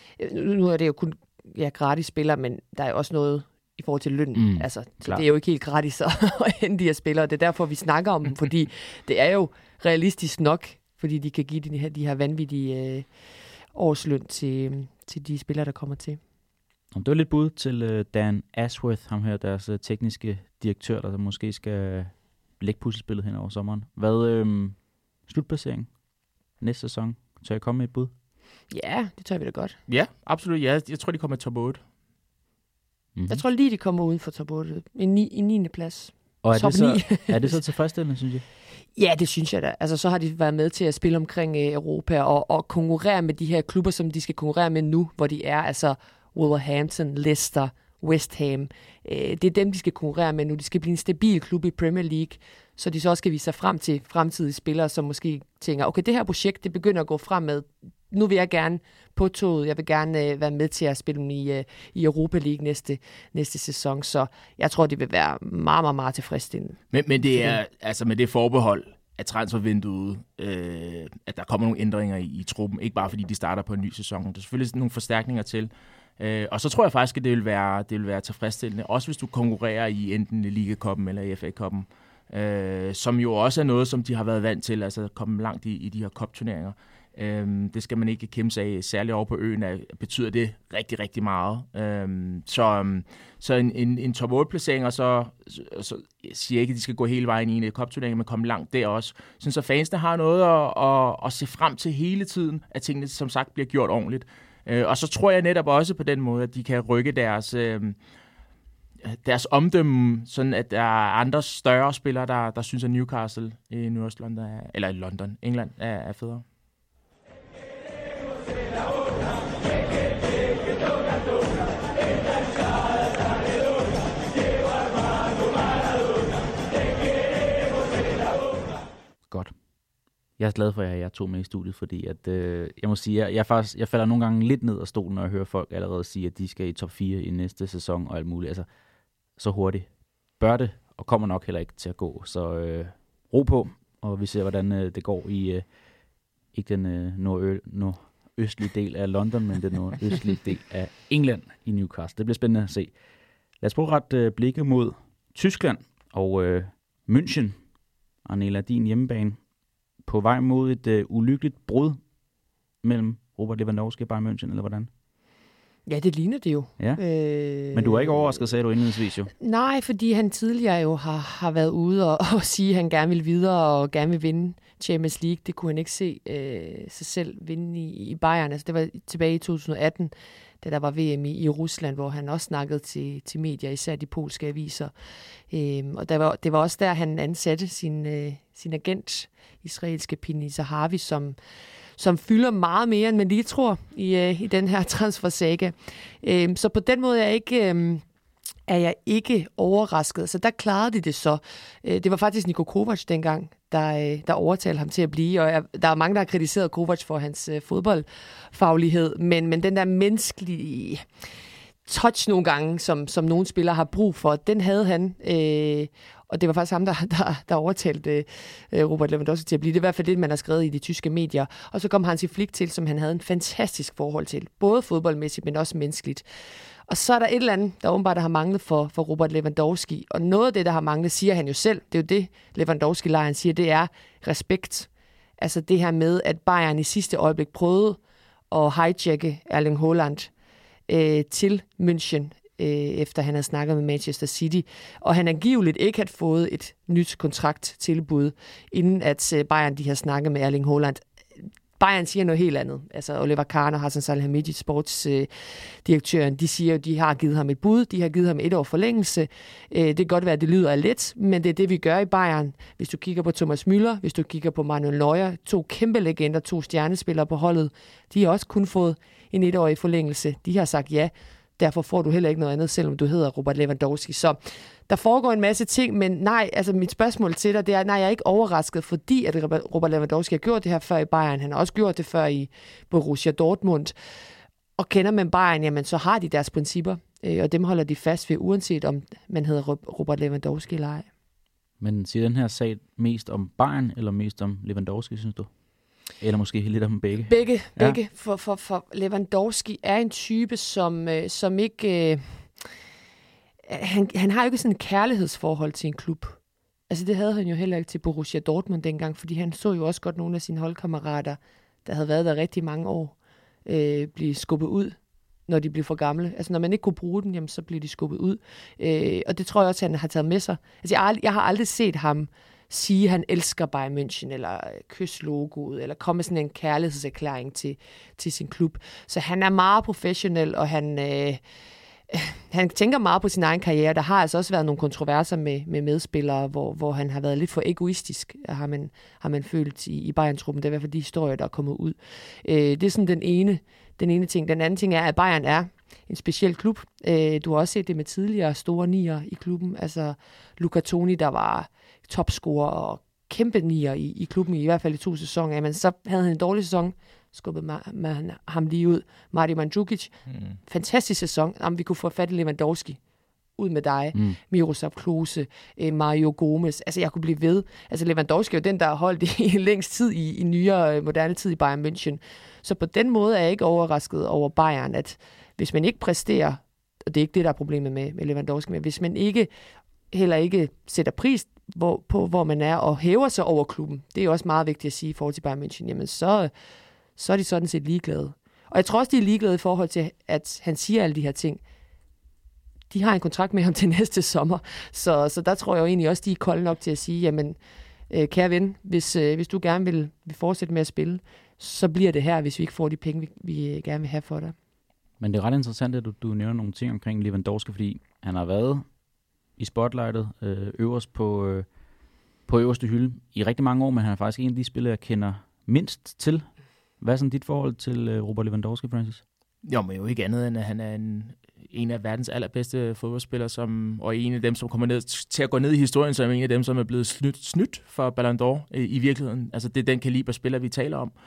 Nu er det jo kun ja, gratis spiller, men der er også noget i forhold til lønnen. Mm, altså, så det er jo ikke helt gratis at hente de her spillere. Det er derfor, vi snakker om dem, fordi det er jo realistisk nok, fordi de kan give de her, de her vanvittige øh, årsløn til, til de spillere, der kommer til. Det var lidt bud til uh, Dan Ashworth, ham her, deres uh, tekniske direktør, der måske skal lægge puslespillet hen over sommeren. Hvad øh, slutplacering næste sæson? Tør jeg komme med et bud? Ja, det tør vi da godt. Ja, absolut. Ja. Jeg tror, de kommer i top otte. Mm-hmm. Jeg tror lige, de kommer uden for top otte. En, ni, en niende plads. Og er det, så, er det så tilfredsstillende, synes jeg? Ja, det synes jeg da. Altså, så har de været med til at spille omkring øh, Europa og, og konkurrere med de her klubber, som de skal konkurrere med nu, hvor de er, altså Wolverhampton, Leicester, West Ham. Øh, det er dem, de skal konkurrere med nu. De skal blive en stabil klub i Premier League, så de så også skal vise sig frem til fremtidige spillere, som måske tænker, okay, det her projekt, det begynder at gå fremad. Nu vil jeg gerne på toget. Jeg vil gerne øh, være med til at spille dem i, øh, i Europa League næste, næste sæson. Så jeg tror, det vil være meget, meget, meget tilfredsstillende. Men, men det er altså med det forbehold af transfervinduet, øh, at der kommer nogle ændringer i, i truppen. Ikke bare fordi de starter på en ny sæson. Der er selvfølgelig nogle forstærkninger til. Øh, og så tror jeg faktisk, at det vil være, det vil være tilfredsstillende. Også hvis du konkurrerer i enten Liga-cupen eller i F A-cupen. Øh, som jo også er noget, som de har været vant til. Altså at komme langt i, i de her cup-turneringer. Øhm, det skal man ikke kæmpe sig af, særligt over på øen, at betyder det rigtig, rigtig meget. Øhm, så um, så en, en, en top otte-placering, og så, så, så jeg siger ikke, at de skal gå hele vejen i en cup-turnering, men komme langt der også. Sådan, så fansene har noget at, at, at se frem til hele tiden, at tingene som sagt bliver gjort ordentligt. Øh, og så tror jeg netop også på den måde, at de kan rykke deres, øh, deres omdømme, sådan at der er andre større spillere, der, der synes, at Newcastle i Nordøst-London, eller i London, England, er, er federe. Godt. Jeg er glad for, at jeg tog med i studiet, fordi at, øh, jeg må sige, jeg, jeg, faktisk, jeg falder nogle gange lidt ned af stolen, når jeg hører folk allerede sige, at de skal i top fire i næste sæson og alt muligt. Altså, så hurtigt bør det, og kommer nok heller ikke til at gå. Så øh, ro på, og vi ser, hvordan øh, det går i, øh, ikke den øh, nordø- nordøstlige del af London, men den nordøstlige del af England i Newcastle. Det bliver spændende at se. Lad os prøve at rette øh, blikket mod Tyskland og øh, München. Arnela, din hjemmebane, på vej mod et øh, ulykkeligt brud mellem Robert Lewandowski og Bayern München, eller hvordan? Ja, det ligner det jo. Ja. Øh... Men du er ikke overrasket, sagde du indledningsvis jo? Nej, fordi han tidligere jo har, har været ude og, og sige, at han gerne vil videre og gerne vil vinde Champions League. Det kunne han ikke se øh, sig selv vinde i, i Bayern. Altså, det var tilbage i to tusind og atten, da der var V M i, i Rusland, hvor han også snakkede til, til medier, især de polske aviser. Øhm, og der var, det var også der, han ansatte sin, øh, sin agent, israelske Pini Zahavi, som, som fylder meget mere, end man lige tror i, øh, i den her transfersaga. Øhm, så på den måde er jeg ikke... Øh, er jeg ikke overrasket. Så der klarede de det så. Det var faktisk Niko Kovac dengang, der, der overtalte ham til at blive. Og der er mange, der har kritiseret Kovac for hans fodboldfaglighed. Men, men den der menneskelige touch nogle gange, som, som nogle spillere har brug for, den havde han. Og det var faktisk ham, der, der, der overtalte Robert Lewandowski til at blive. Det er i hvert fald det, man har skrevet i de tyske medier. Og så kom Hansi Flick til, som han havde en fantastisk forhold til. Både fodboldmæssigt, men også menneskeligt. Og så er der et eller andet, der åbenbart har manglet for, for Robert Lewandowski. Og noget af det, der har manglet, siger han jo selv, det er jo det, Lewandowski-lejren siger, det er respekt. Altså det her med, at Bayern i sidste øjeblik prøvede at hijacke Erling Haaland øh, til München, øh, efter han havde snakket med Manchester City. Og han angiveligt ikke havde fået et nyt kontrakttilbud, inden at øh, Bayern de har snakket med Erling Haaland. Bayern siger noget helt andet. Altså Oliver Kahn og Hassan Salihamidzic, sportsdirektøren, de siger at de har givet ham et bud, de har givet ham et år forlængelse. Det kan godt være, at det lyder lidt, men det er det, vi gør i Bayern. Hvis du kigger på Thomas Müller, hvis du kigger på Manuel Neuer, to kæmpe legender, to stjernespillere på holdet, de har også kun fået en etårig forlængelse. De har sagt ja, derfor får du heller ikke noget andet, selvom du hedder Robert Lewandowski. Så der foregår en masse ting, men nej, altså mit spørgsmål til dig, det er, nej, jeg er ikke overrasket, fordi at Robert Lewandowski har gjort det her før i Bayern. Han har også gjort det før i Borussia Dortmund. Og kender man Bayern, jamen så har de deres principper, og dem holder de fast ved, uanset om man hedder Robert Lewandowski eller ej. Men siger den her sag mest om Bayern, eller mest om Lewandowski, synes du? Eller måske lidt om begge? Begge, begge. Ja. For, for, for Lewandowski er en type, som, øh, som ikke... Øh, han, han har jo ikke sådan et kærlighedsforhold til en klub. Altså det havde han jo heller ikke til Borussia Dortmund dengang, fordi han så jo også godt nogle af sine holdkammerater, der havde været der rigtig mange år, øh, blive skubbet ud, når de blev for gamle. Altså når man ikke kunne bruge den, jamen, så blev de skubbet ud. Øh, og det tror jeg også, han har taget med sig. Altså jeg, jeg har aldrig set ham sige, at han elsker Bayern München, eller kysse logoet, eller komme med sådan en kærlighedserklæring til, til sin klub. Så han er meget professionel, og han, øh, han tænker meget på sin egen karriere. Der har altså også været nogle kontroverser med, med medspillere, hvor, hvor han har været lidt for egoistisk, har man, har man følt i, i Bayern-truppen. Det er i hvert fald de historier, der er kommet ud. Øh, det er sådan den ene, den ene ting. Den anden ting er, at Bayern er en speciel klub. Øh, du har også set det med tidligere store nier i klubben. Altså Luca Toni, der var topscorer og kæmpe nier i, i klubben, i hvert fald i to sæsoner. Men så havde han en dårlig sæson, skubbede man, man ham lige ud. Martin Mandzukic, mm. fantastisk sæson. Jamen, vi kunne få fat i Lewandowski. Ud med dig. Mm. Miroslav Klose, eh, Mario Gomez. Altså, jeg kunne blive ved. Altså, Lewandowski er jo den, der har holdt i længst tid i, i nyere, moderne tid i Bayern München. Så på den måde er jeg ikke overrasket over Bayern, at hvis man ikke præsterer, og det er ikke det, der er problemet med, med Lewandowski, men hvis man ikke heller ikke sætter pris hvor, på, hvor man er, og hæver sig over klubben, det er også meget vigtigt at sige i forhold til Bayern München, jamen så, så er de sådan set ligeglade. Og jeg tror også, de er ligeglade i forhold til, at han siger alle de her ting. De har en kontrakt med ham til næste sommer, så, så der tror jeg jo egentlig også, de er kolde nok til at sige, jamen, øh, kære ven, hvis, øh, hvis du gerne vil, vil fortsætte med at spille, så bliver det her, hvis vi ikke får de penge, vi, vi gerne vil have for dig. Men det er ret interessant, at du, du nævner nogle ting omkring Lewandowski, fordi han har været i spotlightet øh, øverst på, øh, på øverste hylde i rigtig mange år, men han er faktisk en af de spillere, jeg kender mindst til. Hvad er sådan dit forhold til øh, Robert Lewandowski, Francis? Jo, men jo ikke andet, end at han er en, en af verdens allerbedste fodboldspillere, som, og en af dem, som kommer ned, til at gå ned i historien, som en af dem, som er blevet snydt, snydt for Ballon d'Or i, i virkeligheden. Altså, det er den kaliber spiller, vi taler om.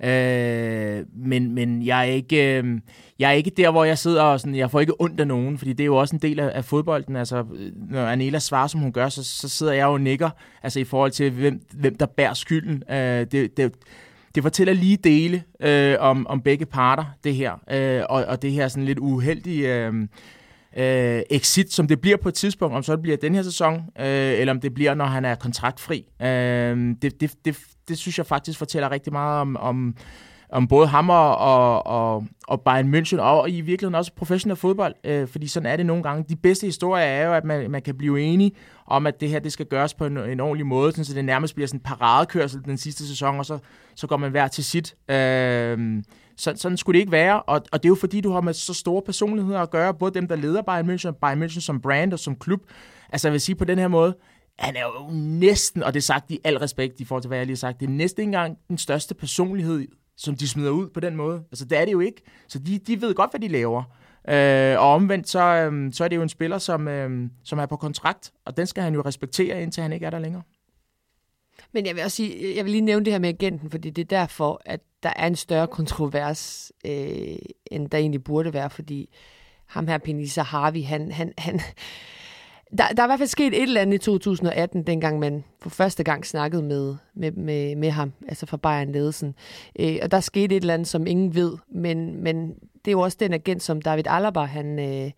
Øh, men, men jeg er ikke øh, jeg er ikke der, hvor jeg sidder og sådan, jeg får ikke ondt af nogen, fordi det er jo også en del af, af fodbolden. Altså, når Anela svarer, som hun gør, så, så sidder jeg jo og nikker, altså i forhold til, hvem, hvem der bærer skylden. Øh, det, det Det fortæller lige dele øh, om, om begge parter, det her. Øh, og, og det her sådan lidt uheldige øh, øh, exit, som det bliver på et tidspunkt, om så det bliver den her sæson, øh, eller om det bliver, når han er kontraktfri. Øh, det, det, det, det synes jeg faktisk fortæller rigtig meget om, om, om både ham og, og, og Bayern München, og i virkeligheden også professionel fodbold. Øh, fordi sådan er det nogle gange. De bedste historier er jo, at man, man kan blive enige om, at det her det skal gøres på en, en ordentlig måde, sådan, så det nærmest bliver sådan en paradekørsel den sidste sæson, og så, så går man hver til sit. Øh, så, sådan skulle det ikke være, og, og det er jo fordi, du har med så store personligheder at gøre, både dem, der leder Bayern München, Bayern München som brand og som klub. Altså jeg vil sige på den her måde, han er jo næsten, og det er sagt i al respekt i forhold til, hvad jeg lige har sagt, det er næsten ikke engang den største personlighed, som de smider ud på den måde. Altså det er det jo ikke. Så de, de ved godt, hvad de laver. Øh, og omvendt, så, øh, så er det jo en spiller, som, øh, som er på kontrakt, og den skal han jo respektere, indtil han ikke er der længere. Men jeg vil også sige, jeg vil lige nævne det her med agenten, fordi det er derfor, at der er en større kontrovers, øh, end der egentlig burde være, fordi ham her, Pini Zahavi, han... han, han Der, der er i hvert fald sket et eller andet i to tusind og atten, dengang man for første gang snakkede med, med, med, med ham, altså fra Bayern-ledelsen. Øh, og der skete et eller andet, som ingen ved, men, men det er jo også den agent, som David Alaba, han, øh,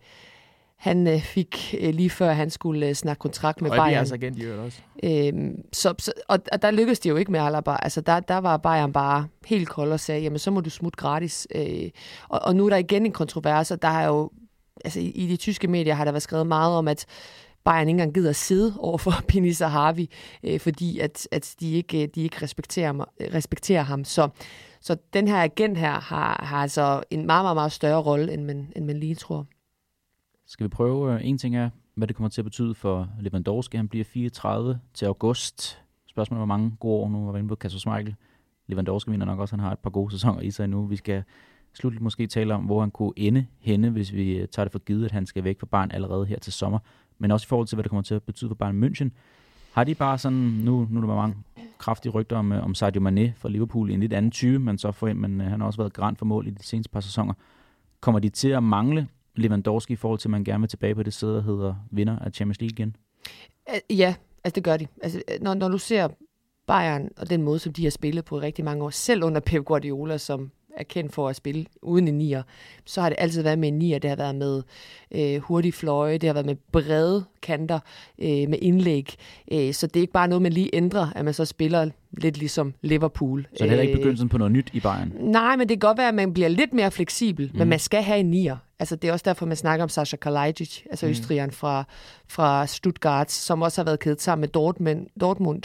han øh, fik øh, lige før han skulle øh, snakke kontrakt med Bayern. Og altså agent i også. Øhm, så, så, og, og der lykkedes det jo ikke med Alaba. Altså der, der var Bayern bare helt kold og sagde, jamen så må du smutte gratis. Øh, og, og nu er der igen en kontrovers, og der har jo, altså i, i de tyske medier har der været skrevet meget om, at Bayern ikke engang gider sidde over for Pini Zahavi, øh, fordi at, at de ikke, de ikke respekterer, respekterer ham. Så, så den her agent her har, har altså en meget, meget, meget større rolle, end man, end man lige tror. Skal vi prøve? En ting er, hvad det kommer til at betyde for Lewandowski. Han bliver fireogtredive til august. Spørgsmålet er, hvor mange gode år nu var vi inde på Kasper Schmeichel. Lewandowski mener nok også, han har et par gode sæsoner i sig nu. Vi skal slutligt måske tale om, hvor han kunne ende henne, hvis vi tager det for givet, at han skal væk fra Bayern allerede her til sommer. Men også i forhold til, hvad det kommer til at betyde for Bayern München. Har de bare sådan, nu, nu er der mange kraftige rygter om, om Sadio Mané fra Liverpool i en lidt anden type, men så for men han har også været garant for mål i de seneste par sæsoner. Kommer de til at mangle Lewandowski i forhold til, at man gerne vil tilbage på det sæde, der hedder vinder af Champions League igen? Ja, altså det gør de. Altså, når, når du ser Bayern og den måde, som de har spillet på rigtig mange år, selv under Pep Guardiola, som er kendt for at spille uden en nier, så har det altid været med en nier. Det har været med øh, hurtige fløje, det har været med brede kanter, øh, med indlæg. Øh, så det er ikke bare noget, man lige ændrer, at man så spiller lidt ligesom Liverpool. Så det er heller ikke begyndelsen på noget nyt i Bayern? Nej, men det kan godt være, at man bliver lidt mere fleksibel, mm. men man skal have en nier. Altså, det er også derfor, man snakker om Sasha Kalajdzic, altså mm. østrigeren fra, fra Stuttgart, som også har været kædet sammen med Dortmund. Dortmund.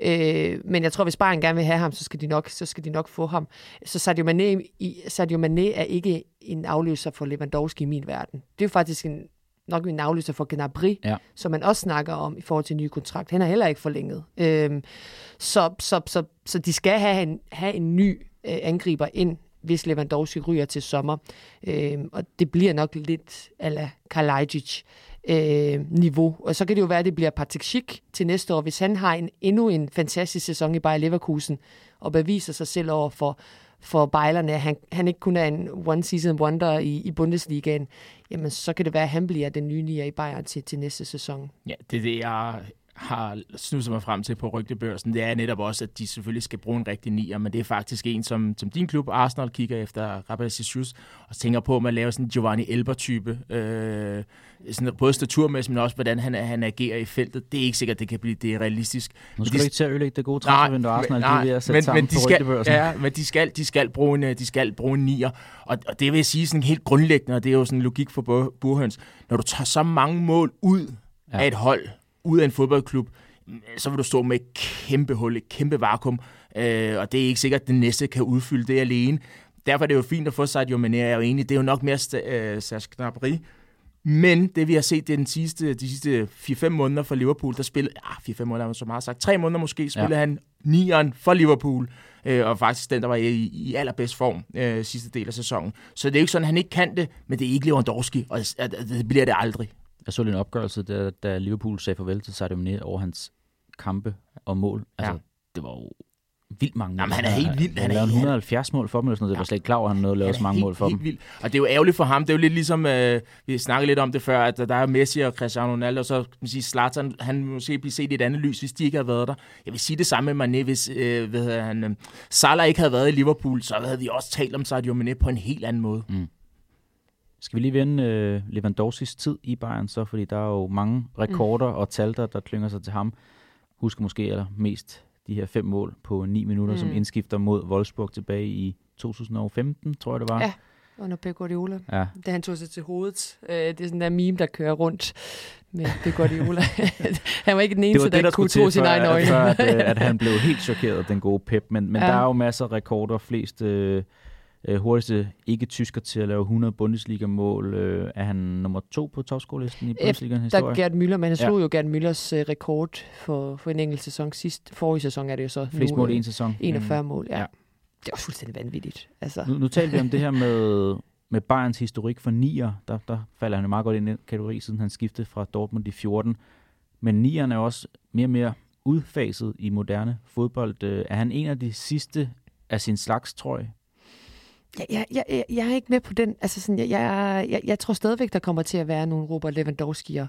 Øh, men jeg tror, hvis Bayern gerne vil have ham, så skal de nok, så skal de nok få ham. Så Sadio Mané, Sadio Mané er ikke en afløser for Lewandowski i min verden. Det er jo faktisk en, nok en afløser for Gnabry, ja. Som man også snakker om i forhold til en ny kontrakt. Han er heller ikke forlænget. Øh, så, så, så, så de skal have en, have en ny øh, angriber ind, hvis Lewandowski ryger til sommer. Øh, og det bliver nok lidt a la Kalajdzic øh, niveau. Og så kan det jo være, at det bliver Patrik Schick til næste år, hvis han har en, endnu en fantastisk sæson i Bayer Leverkusen, og beviser sig selv over for, for bejlerne, at han, han ikke kun er en one-season wonder i, i Bundesligaen, jamen så kan det være, at han bliver den nye nier i Bayern til, til næste sæson. Ja, det er det, jeg har snuset mig frem til på rygtebørsen, det er netop også, at de selvfølgelig skal bruge en rigtig nier, men det er faktisk en, som, som din klub, Arsenal, kigger efter Raphael Jesus, og tænker på, at man laver sådan en Giovanni Elber-type, øh, sådan både staturmæssigt, men også, hvordan han, han agerer i feltet. Det er ikke sikkert, det kan blive det er realistisk. Nu skal de, du ikke til at ødelægge det gode transfervindue, Arsenal, nej, de er ved at sætte men, sammen men de på skal, rygtebørsen. Ja, men de skal, de skal bruge en, de skal bruge en nier, og, og det vil jeg sige sådan helt grundlæggende, og det er jo sådan en logik for Burhøns. Når du tager så mange mål ud ja. af et hold, ud af en fodboldklub, så vil du stå med et kæmpe hul, et kæmpe vakuum, øh, og det er ikke sikkert, at det næste kan udfylde det alene. Derfor er det jo fint at få Sadio Mané, jeg er jo enig, det er jo nok mere øh, Serge Gnabry. Men det vi har set, det er den sidste, de sidste fire fem måneder for Liverpool, der spillede, ah, fire fem måneder, så meget sagt, tre måneder måske, spillede ja. han nieren for Liverpool, øh, og faktisk den, der var i, i allerbedst form øh, sidste del af sæsonen. Så det er jo ikke sådan, at han ikke kan det, men det er ikke Lewandowski, og det bliver det aldrig. Jeg så en opgørelse, da, da Liverpool sagde farvel til Sadio Mané over hans kampe og mål. Altså, ja. det var jo vildt mange mål. Jamen, han er helt vild. Han har lavet et hundrede og halvfjerds mål for dem, eller sådan noget. Det var slet ikke klar over, at han nåede at lave så mange helt, mål for helt dem. Vildt. Og det er jo ærgerligt for ham. Det er jo lidt ligesom, øh, vi snakkede lidt om det før, at der er Messi og Cristiano Ronaldo, og så kan man sige, Zlatan, han måske blive set i et andet lys, hvis de ikke havde været der. Jeg vil sige det samme med Mané, hvis øh, hvad hedder han, øh, Salah ikke havde været i Liverpool, så havde vi også talt om Sadio Mané på en helt anden måde. Mm. Skal vi lige vende øh, Lewandowskis tid i Bayern så, fordi der er jo mange rekorder mm. og tal, der, der klynger sig til ham. Husker måske eller mest de her fem mål på ni minutter, mm. som indskifter mod Wolfsburg tilbage i to tusind og femten, tror jeg det var. Ja, under Pep Guardiola. Ja. Da han tog sig til hovedet. Øh, det er sådan der meme, der kører rundt med Pep Guardiola. Han var ikke den eneste, det var det, der, der kunne tro sin egen øjne. Før, at, at han blev helt chokeret af den gode Pep. Men, men ja. der er jo masser af rekorder, flest... Øh, Uh, hurtigste ikke-tysker til at lave hundrede Bundesliga-mål. Uh, er han nummer to på topscorelisten i Bundesligaens historie? Der Gerd Müller, men han slog ja. jo Gerd Müllers uh, rekord for, for en enkelt sæson. Sidst, forrige sæson er det jo så. Flest mål i en sæson. enogfyrre mm. mål, ja. ja. Det er også fuldstændig vanvittigt. Altså. Nu, nu talte vi om det her med, med Bayerns historik for nier. Der, der falder han jo meget godt ind i den kategori, siden han skiftede fra Dortmund i fjorten. Men nieren er også mere og mere udfaset i moderne fodbold. Uh, er han en af de sidste af sin slags, tror jeg? Jeg, jeg, jeg, jeg er ikke med på den. Altså sådan, jeg, jeg, jeg, jeg tror stadigvæk, der kommer til at være nogle Robert Lewandowski'er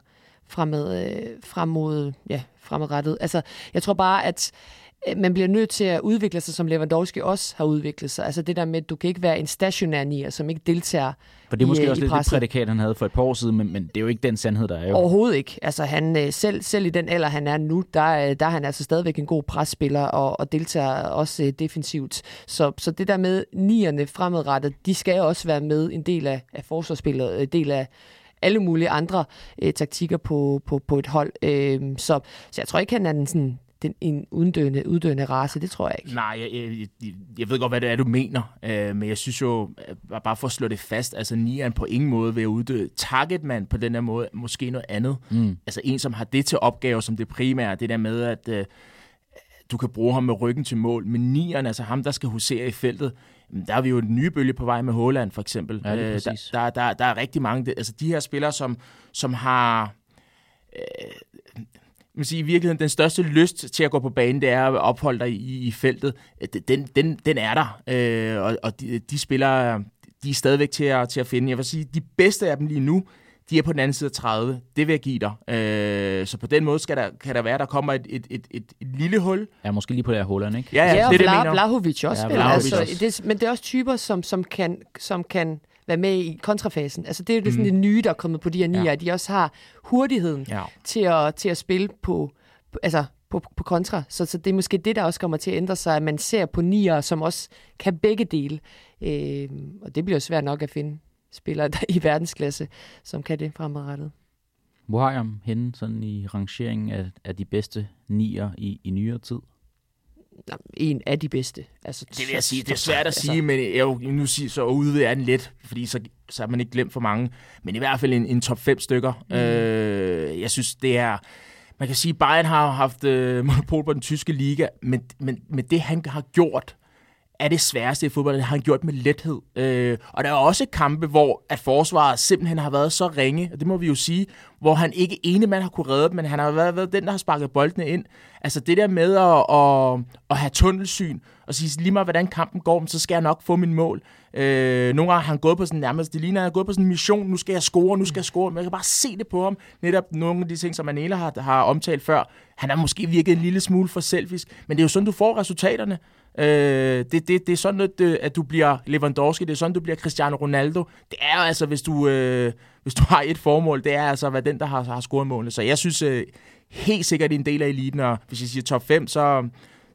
fremad, øh, frem mod, ja, fremadrettet. Altså, jeg tror bare, at man bliver nødt til at udvikle sig, som Lewandowski også har udviklet sig. Altså det der med, at du kan ikke være en stationær nier, som ikke deltager. For det er måske i, også i lidt det prædikat, han havde for et par år siden, men, men det er jo ikke den sandhed, der er jo. Overhovedet ikke. Altså han, selv, selv i den alder, han er nu, der, der er han altså stadigvæk en god presspiller og, og deltager også defensivt. Så, så det der med nierne fremadrettet, de skal også være med en del af, af forsvarsspillet, en del af alle mulige andre øh, taktikker på, på, på et hold. Øh, så, så jeg tror ikke, han er den sådan den, en uddøende, uddøende race, det tror jeg ikke. Nej, jeg, jeg, jeg, jeg ved godt, hvad det er, du mener, øh, men jeg synes jo, bare for at slå det fast, altså nieren på ingen måde ved at uddø. Targetman på den her måde, måske noget andet. Mm. Altså en, som har det til opgave som det primære, det der med, at øh, du kan bruge ham med ryggen til mål, men nieren, altså ham, der skal husere i feltet, der er vi jo en nye bølge på vej med Haaland, for eksempel. Ja, øh, der, der, der, der er rigtig mange, altså de her spillere, som, som har... Øh, man siger, i virkeligheden, den største lyst til at gå på banen, det er at opholde dig i, i feltet. Den, den, den er der, øh, og, og de, de spillere, de er stadigvæk til at, til at finde. Jeg vil sige, de bedste af dem lige nu, de er på den anden side af tredive. Det vil jeg give dig. Øh, så på den måde skal der, kan der være, der kommer et, et, et, et, et lille hul. Ja, måske lige på det her Haaland, ikke? Ja, ja, ja, det er det, Vlahovic også. Ja, Vlahovic altså, også. Det, men det er også typer, som, som kan... Som kan være med i kontrafasen. Altså det er jo det, sådan det nye, der er kommet på de her nier, ja. At de også har hurtigheden ja. til, at, til at spille på, altså på, på kontra. Så, så det er måske det, der også kommer til at ændre sig, at man ser på nier, som også kan begge dele. Øh, og det bliver jo svært nok at finde spillere der i verdensklasse, som kan det fremadrettet. Hvor har jeg ham henne sådan i rangeringen af, af de bedste nier i, i nyere tid? En af de bedste. Altså, det vil jeg sige, det er svært at altså, sige, men jeg jo, nu siger så udvider jeg den lidt, fordi så, så er man ikke glemt for mange, men i hvert fald en, en top fem stykker. Mm. Øh, jeg synes, det er, man kan sige, Bayern har haft øh, monopol på den tyske liga, men, men, men det han har gjort, er det sværeste i fodbold, det har han gjort med lethed. Øh, og der er også kampe, hvor at forsvaret simpelthen har været så ringe, og det må vi jo sige, hvor han ikke ene mand har kunne redde dem, men han har været, været den, der har sparket boldene ind. Altså det der med at, at, at have tunnelsyn, og sige lige meget, hvordan kampen går, så skal jeg nok få min mål. Øh, nogle gange har han gået på sådan nærmest, det ligner, han har gået på sådan en mission, nu skal jeg score, nu skal jeg score, men jeg kan bare se det på ham. Netop nogle af de ting, som Manela har, har omtalt før. Han har måske virket en lille smule for selfisk, men det er jo sådan, du får resultaterne. Øh, det, det, det er sådan, at, at du bliver Lewandowski, det er sådan, du bliver Cristiano Ronaldo. Det er altså, hvis du, øh, hvis du har et formål, det er altså at være den, der har, har scoret målene. Så jeg synes øh, helt sikkert, det er en del af eliten, og hvis jeg siger top fem, så,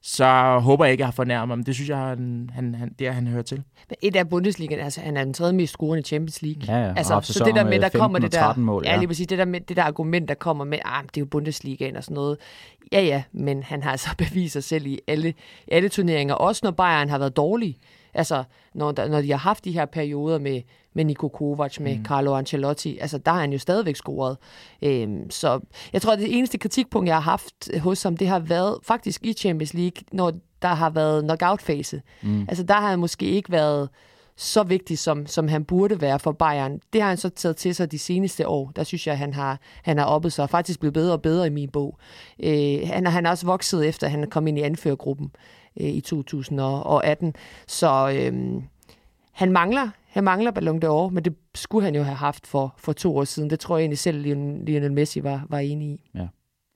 så håber jeg ikke, at jeg har fornærmet, men det synes jeg, han, han, han, det er, han hører til. Men et af Bundesligaen, altså han er den tredje mest scorende i Champions League. Ja, ja. Altså, så det der med, der kommer det der, mål, ja. ja, lige præcis, det der med det der argument, der kommer med, ah, det er jo Bundesligaen og sådan noget. Ja, ja, men han har altså bevist sig selv i alle, alle turneringer, også når Bayern har været dårlig. Altså, når, der, når de har haft de her perioder med, med Niko Kovac, med mm. Carlo Ancelotti, altså, der har han jo stadigvæk scoret. Øhm, så jeg tror, at det eneste kritikpunkt, jeg har haft hos ham, det har været faktisk i Champions League, når der har været knockout-fase. Mm. Altså, der har han måske ikke været så vigtig, som, som han burde være for Bayern. Det har han så taget til sig de seneste år. Der synes jeg, han har, han har oppet sig og faktisk blevet bedre og bedre i min bog. Øh, han, han har også vokset efter, at han kom ind i anførergruppen øh, i to tusind og atten. Så øh, han mangler han mangler Ballon d'Or, men det skulle han jo have haft for, for to år siden. Det tror jeg egentlig selv, Lionel Messi var, var enig i. Ja.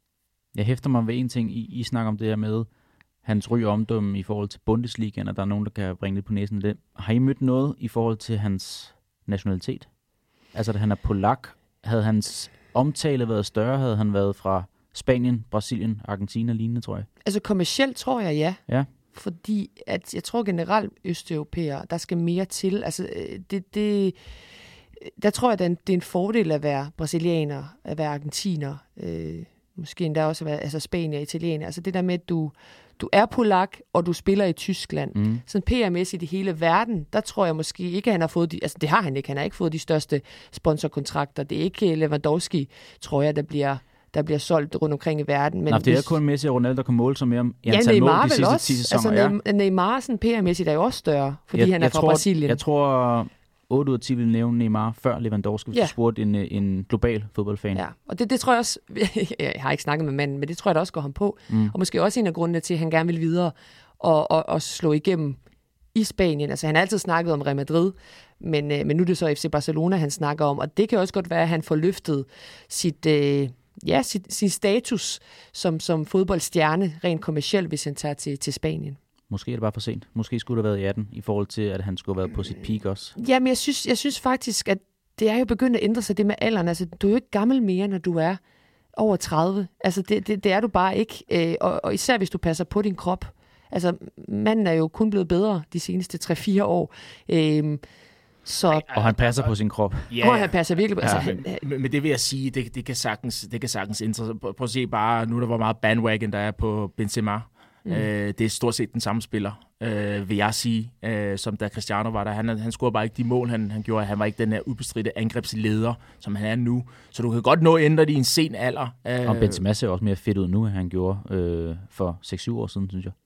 Jeg hæfter mig ved en ting. I, I snakker om det her med hans ry og omdømme i forhold til Bundesligaen, og der er nogen, der kan bringe lidt på næsen af det. Har I mødt noget i forhold til hans nationalitet? Altså, da han er polak, havde hans omtale været større? Havde han været fra Spanien, Brasilien, Argentina lignende, tror jeg? Altså, kommercielt tror jeg, ja. Ja. Fordi at jeg tror generelt østeuropæere, der skal mere til. Altså, det, det, der tror jeg, det er, en, det er en fordel at være brasilianer, at være argentiner, øh, måske endda også at være altså spanier, italiener. Altså det der med, at du, du er polak, og du spiller i Tyskland. Mm. Sådan P R-mæssigt i hele verden, der tror jeg måske ikke, at han har fået de, altså det har han ikke, han har ikke fået de største sponsorkontrakter. Det er ikke Lewandowski, tror jeg, der bliver der bliver solgt rundt omkring i verden. Men Nå, det er hvis... kun Messi og Ronaldo, der kan måle sig mere om i ja, antal mål de sidste også. ti sæsoner. Altså, ja. Neymar sådan P R-mæssigt er jo også større, fordi jeg, han er jeg fra tror, Brasilien. Jeg tror, otte ud af ti vil nævne Neymar før Lewandowski, hvis ja. du spurgte en, en global fodboldfan. Ja, og det, det tror jeg også, jeg har ikke snakket med manden, men det tror jeg da også går ham på. Mm. Og måske også en af grundene til, at han gerne vil videre og, og, og slå igennem i Spanien. Altså han har altid snakket om Real Madrid, men, men nu er det så F C Barcelona, han snakker om, og det kan også godt være, at han får løftet sit... Øh, ja, sin, sin status som, som fodboldstjerne, rent kommercielt, hvis han tager til, til Spanien. Måske er det bare for sent. Måske skulle det have været i atten, i forhold til, at han skulle have været på sit peak også. Jamen, jeg synes, jeg synes faktisk, at det er jo begyndt at ændre sig, det med alderen. Altså, du er jo ikke gammel mere, når du er over tredive. Altså, det, det, det er du bare ikke. Øh, og, og især hvis du passer på din krop. Altså, manden er jo kun blevet bedre de seneste tre fire år. Øh, så... Og han passer på sin krop. Ja, og han passer virkelig på... Ja, altså, men, han, men det vil jeg sige, det, det kan sagtens, det kan sagtens ændre. Prøv at se bare, nu der var meget bandwagon, der er på Benzema. Mm. Øh, det er stort set den samme spiller, øh, vil jeg sige, øh, som da Cristiano var der. Han, han scorede bare ikke de mål, han, han gjorde. Han var ikke den her ubestridte angrebsleder, som han er nu. Så du kan godt nå at ændre det i en sen alder. Øh, og Benzema ser også mere fedt ud nu, end han gjorde øh, for seks syv år siden, synes jeg.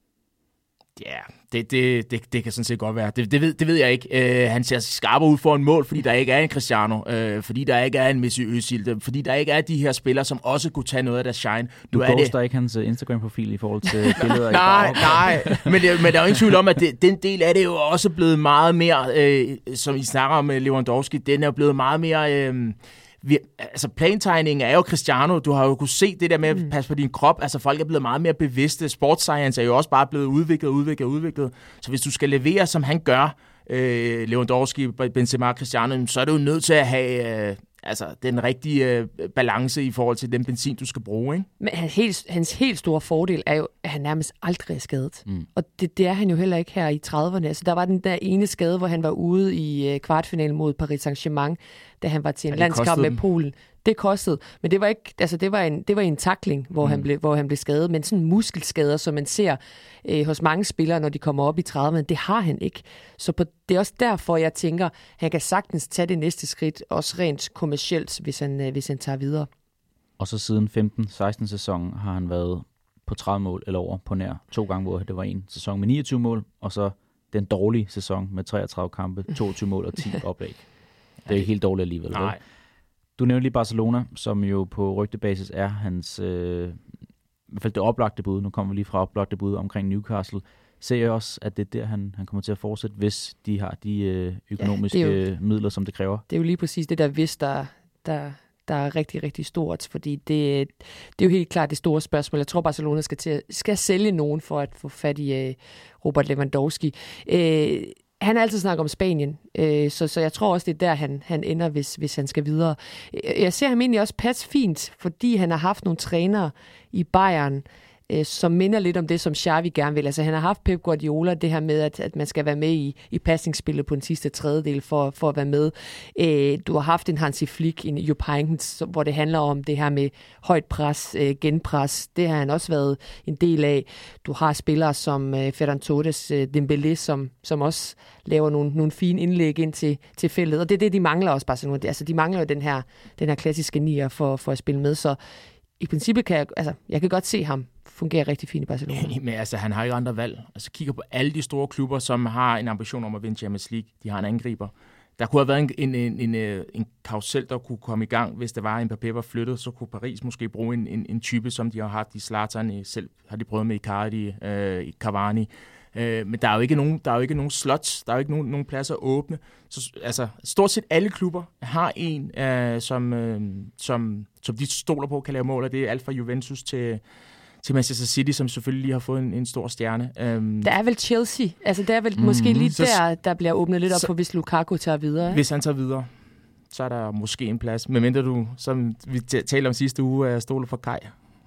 Ja, det, det, det, det kan sådan set godt være. Det, det, ved, det ved jeg ikke. Uh, han ser skarpere ud for en mål, fordi der ikke er en Cristiano, uh, fordi der ikke er en Mesut Özil, fordi der ikke er de her spillere, som også kunne tage noget af deres shine. Du nu ghoster det... ikke hans Instagram-profil i forhold til billeder? nej, nej, men, det, men der er jo ingen tvivl om, at det, den del af det er jo også blevet meget mere, uh, som I snakker om Lewandowski, den er jo blevet meget mere... Uh, Vi, altså plantegningen er jo Cristiano. Du har jo kunnet se det der med at passe på din krop. Altså folk er blevet meget mere bevidste. Sportsscience er jo også bare blevet udviklet, udviklet, udviklet. Så hvis du skal levere, som han gør, øh, Lewandowski, Benzema, Cristiano, så er du jo nødt til at have øh, altså, den rigtige øh, balance i forhold til den benzin, du skal bruge. Ikke? Men hans helt, hans helt store fordel er jo, at han nærmest aldrig er skadet. Mm. Og det, det er han jo heller ikke her i trediverne. Altså, der var den der ene skade, hvor han var ude i øh, kvartfinalen mod Paris Saint-Germain, da han var til en ja, landskamp med Polen. Det kostede, men det var ikke, altså det var en, det var en tackling, hvor, mm. han blev, hvor han blev skadet, men sådan muskelskader, som man ser øh, hos mange spillere, når de kommer op i trediverne, det har han ikke. Så på, det er også derfor, jeg tænker, han kan sagtens tage det næste skridt, også rent kommercielt, hvis han, øh, hvis han tager videre. Og så siden femten seksten sæsonen har han været på tredive mål eller over på nær to gange, hvor det var en sæson med niogtyve mål, og så den dårlige sæson med treogtredive kampe, toogtyve mål og ti oplæg. Det er ikke helt dårligt alligevel. Nej. Du nævnte lige Barcelona, som jo på rygtebasis er hans, øh, i hvert fald det oplagte bud. Nu kommer vi lige fra oplagte bud omkring Newcastle. Ser jeg også, at det er der, han, han kommer til at fortsætte, hvis de har de øh, økonomiske ja, jo, midler, som det kræver? Det er jo lige præcis det der, hvis der, der, der er rigtig, rigtig stort, fordi det, det er jo helt klart det store spørgsmål. Jeg tror, Barcelona skal, til, skal sælge nogen for at få fat i øh, Robert Lewandowski. Øh, Han har altid snakket om Spanien, øh, så, så jeg tror også, det er der, han, han ender, hvis, hvis han skal videre. Jeg ser ham egentlig også passe fint, fordi han har haft nogle trænere i Bayern, øh, som minder lidt om det, som Xavi gerne vil. Altså han har haft Pep Guardiola, det her med, at, at man skal være med i, i pasningsspillet på den sidste tredjedel for, for at være med. Øh, du har haft en Hansi Flick, en Jupp Heynckes, hvor det handler om det her med højt pres, øh, genpres. Det har han også været en del af. Du har spillere som øh, Ferran Torres, øh, Dembélé, som, som også laver nogle, nogle fine indlæg ind til, til feltet. Og det er det, de mangler også, Barcelona. Altså, de mangler jo den her, den her klassiske nier for, for at spille med. Så i princippet kan jeg, altså, jeg kan godt se ham fungere rigtig fint i Barcelona. Ja, men altså, han har ikke andre valg. Altså, kigger på alle de store klubber, som har en ambition om at vinde Champions League. De har en angriber. Der kunne have været en, en, en, en, en karusel, der kunne komme i gang, hvis der var en Mbappé var flyttet, så kunne Paris måske bruge en, en, en type, som de har haft i Zlatan, selv har de prøvet med Icardi, øh, i Cavani. Øh, men der er jo ikke nogen, der er jo ikke nogen slots, der er jo ikke nogen, nogen pladser åbne. Så altså, stort set alle klubber har en, øh, som, øh, som, som de stoler på, kan lave mål, og det er alt fra Juventus til, til Manchester City, som selvfølgelig lige har fået en, en stor stjerne. Um, der er vel Chelsea, altså det er vel mm, måske lige så, der, der bliver åbnet lidt op så, på, hvis Lukaku tager videre. Hvis han tager videre, så er der måske en plads. Men mindre du, som vi talte om sidste uge, stoler for Kai.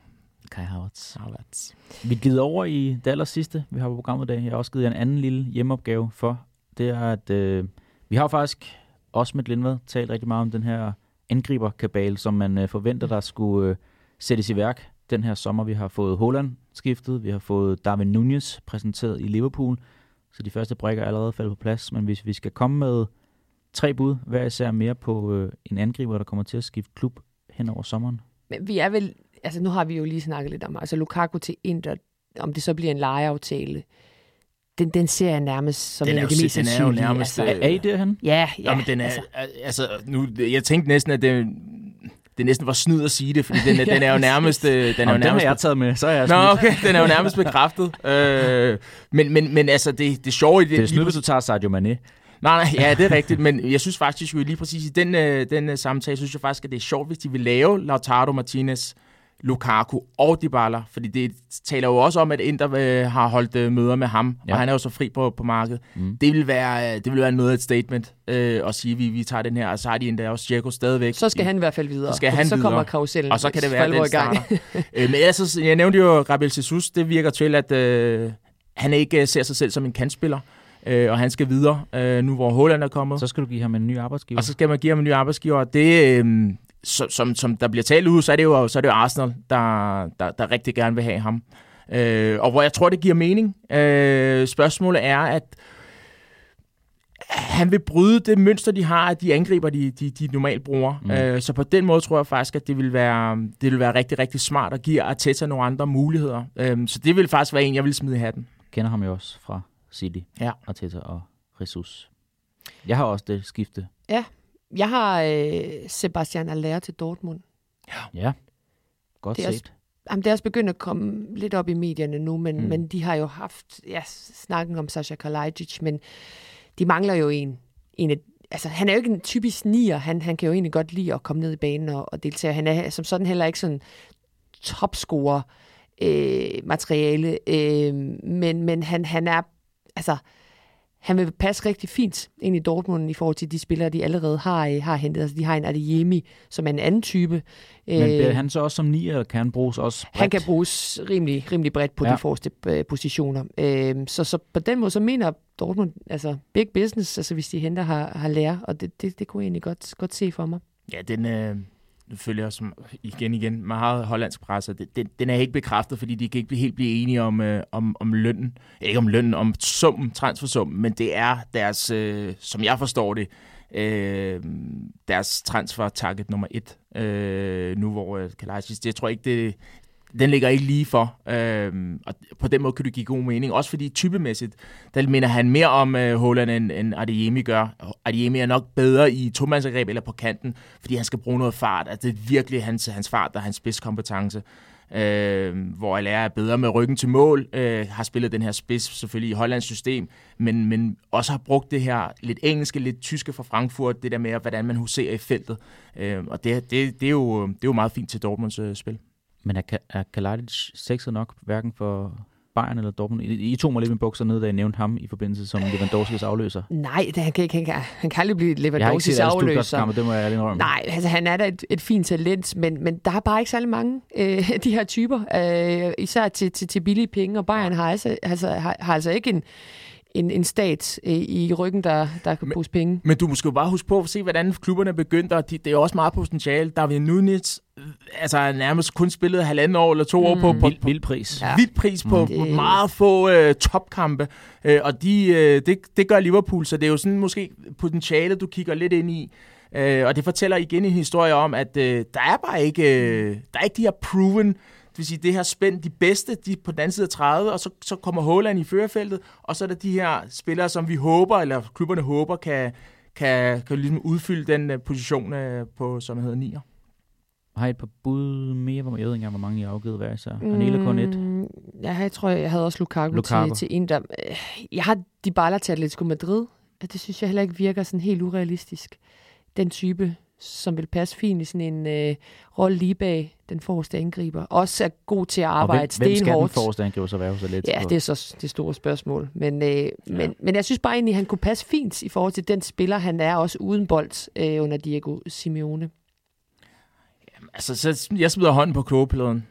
Kai Havertz. Havertz. Vi glider over i det aller sidste, vi har på programmet i dag. Jeg har også givet jer en anden lille hjemmeopgave for. Det er, at øh, vi har faktisk også med Lindvad talt rigtig meget om den her angriberkabale, som man øh, forventer, der skulle øh, sættes i værk den her sommer. Vi har fået Haaland skiftet, vi har fået Darwin Núñez præsenteret i Liverpool, så de første brikker er allerede faldet på plads. Men hvis vi skal komme med tre bud, hver især mere på øh, en angriber, der kommer til at skifte klub hen over sommeren. Men vi er vel, altså nu har vi jo lige snakket lidt om, altså Lukaku til Inter, om det så bliver en lejeaftale, den, den ser jeg nærmest som den en af de mest sandsynlige. Den er jo nærmest... Altså, er I derhen? Ja, ja. Jamen, den er, altså, altså nu, jeg tænkte næsten, at det, det næsten var snyd at sige det, fordi den, ja, den er jo nærmest... Den, er jo den nærmest har jeg taget med, så er jeg Nå, okay, den er jo nærmest bekræftet. øh, men, men, men altså, det, det sjove i det... Det er snyd, hvis du tager Sadio Mané. Nej, nej, ja, det er rigtigt, men jeg synes faktisk jo lige præcis i den, øh, den øh, samtale, synes jeg faktisk, at det er sjovt, hvis de vil lave Lautaro Martinez, Lukaku og Dybala, fordi det taler jo også om, at Inter øh, har holdt øh, møder med ham, ja. Og han er jo så fri på, på markedet. Mm. Det vil være det vil være noget af et statement øh, at sige, at vi, vi tager den her, og så har de endda også Dzeko stadigvæk. Så skal han i hvert fald videre, så, skal han så videre. kommer karusellen, og så kan det være, den starter. øh, men altså, jeg nævnte jo Gabriel Jesus, det virker til, at øh, han ikke ser sig selv som en kantspiller. Øh, og han skal videre, øh, nu hvor Haaland er kommet. Så skal du give ham en ny arbejdsgiver. Og så skal man give ham en ny arbejdsgiver. Det, øh, så, som, som der bliver talt ud, så er det jo, så er det jo Arsenal, der, der, der rigtig gerne vil have ham. Øh, og hvor jeg tror, det giver mening. Øh, spørgsmålet er, at han vil bryde det mønster, de har, at de angriber, de, de, de normalt bruger. Mm. Øh, så på den måde tror jeg faktisk, at det vil være, det vil være rigtig, rigtig smart at give Arteta nogle andre muligheder. Øh, så det vil faktisk være en, jeg vil smide i hatten. Kender ham jo også fra City, ja. Arteta og Jesus. Jeg har også det skifte. Ja, jeg har øh, Sebastian Haller til Dortmund. Ja, ja. Godt det er set. Også, jamen, det er også begyndt at komme lidt op i medierne nu, men, mm. men de har jo haft ja, snakken om Sasha Kalajdzic, men de mangler jo en. en af, altså, han er jo ikke en typisk nier. Han, han kan jo egentlig godt lide at komme ned i banen og, og deltage. Han er som sådan heller ikke sådan topscorer øh, materiale, øh, men, men han, han er altså han vil passe rigtig fint ind i Dortmund i forhold til de spillere, de allerede har, har hentet. Altså, de har en Adeyemi, som er en anden type. Men bliver han så også som nier, eller kan han bruges også bredt? Han kan bruges rimelig, rimelig bredt på ja. de forreste øh, positioner. Øh, så, så på den måde, så mener Dortmund, altså big business, altså hvis de henter har, har lærer, og det, det, det kunne jeg egentlig godt, godt se for mig. Ja, den... Øh Nu følger jeg som igen igen meget hollandsk presse. Den, den er ikke bekræftet, fordi de kan ikke helt blive enige om, øh, om, om lønnen. Ikke om lønnen, om summen, transfersummen, men det er deres, øh, som jeg forstår det, øh, deres transfer-target nummer et. Øh, nu hvor øh, Kalajdzic, det jeg tror ikke, det, den ligger ikke lige for. Øh, og på den måde kan du give god mening. Også fordi typemæssigt, der mener han mere om øh, Haaland, end, end Adeyemi gør. Adeyemi er nok bedre i tomandsangreb eller på kanten, fordi han skal bruge noget fart. Altså, det er virkelig hans, hans fart, der er hans spidskompetence. Øh, hvor Haller er bedre med ryggen til mål, øh, har spillet den her spids selvfølgelig i Hollands system, men, men også har brugt det her lidt engelske, lidt tyske fra Frankfurt, det der med, hvordan man huserer i feltet. Øh, og det, det, det, er jo, det er jo meget fint til Dortmunds øh, spil. Men er, er Kalajdzic sexet nok, hverken for Bayern eller Dortmund? I, I tog mig lidt med bukser ned, da jeg nævnte ham i forbindelse som Lewandowskis afløser. Nej, det, han, kan, han, kan, han kan aldrig blive Lewandowskis afløser. Det må jeg ærlig indrømme. Nej, altså han er da et, et fint talent, men, men der er bare ikke særlig mange øh, de her typer, øh, især til, til, til billige penge, og Bayern har altså, altså, har, har altså ikke en En, en stat øh, i ryggen, der, der kan bruge penge. Men du måske bare huske på at se, hvordan klubberne begyndte, og de, det er også meget potentiale. David Nunez, altså nærmest kun spillet halvanden år eller to mm. år på, på, vild, vild pris. Ja. Vild pris på, mm. på meget få øh, topkampe, øh, og de, øh, det, det gør Liverpool, så det er jo sådan måske potentiale, du kigger lidt ind i. Øh, og det fortæller igen en historie om, at øh, der er bare ikke, øh, der er ikke de her proven, det vil sige, det her spænd, de bedste, de på den anden side af tredive, og så, så kommer Haaland i førerfeltet, og så er der de her spillere, som vi håber, eller klubberne håber, kan, kan, kan ligesom udfylde den uh, position, uh, på, som hedder nier. Har I et par bud mere, hvor jeg ved ikke engang, hvor mange I har afgivet hver især? Mm, Anela kun et? Ja, jeg tror, jeg havde også Lukaku, Lukaku. Til, til en, der... Jeg har Dybala til Atletico Madrid, og det synes jeg heller ikke virker sådan helt urealistisk. Den type, som vil passe fint i sådan en øh, rolle lige bag den forreste angriber. Også er god til at arbejde stenhårdt. Hvem skal den forreste angriber så være så lidt? Ja, det er så det store spørgsmål. Men, øh, ja. men, men jeg synes bare egentlig, at han kunne passe fint i forhold til den spiller, han er også uden bold øh, under Diego Simeone. Jamen, altså, så jeg smider hånden på kogepladen.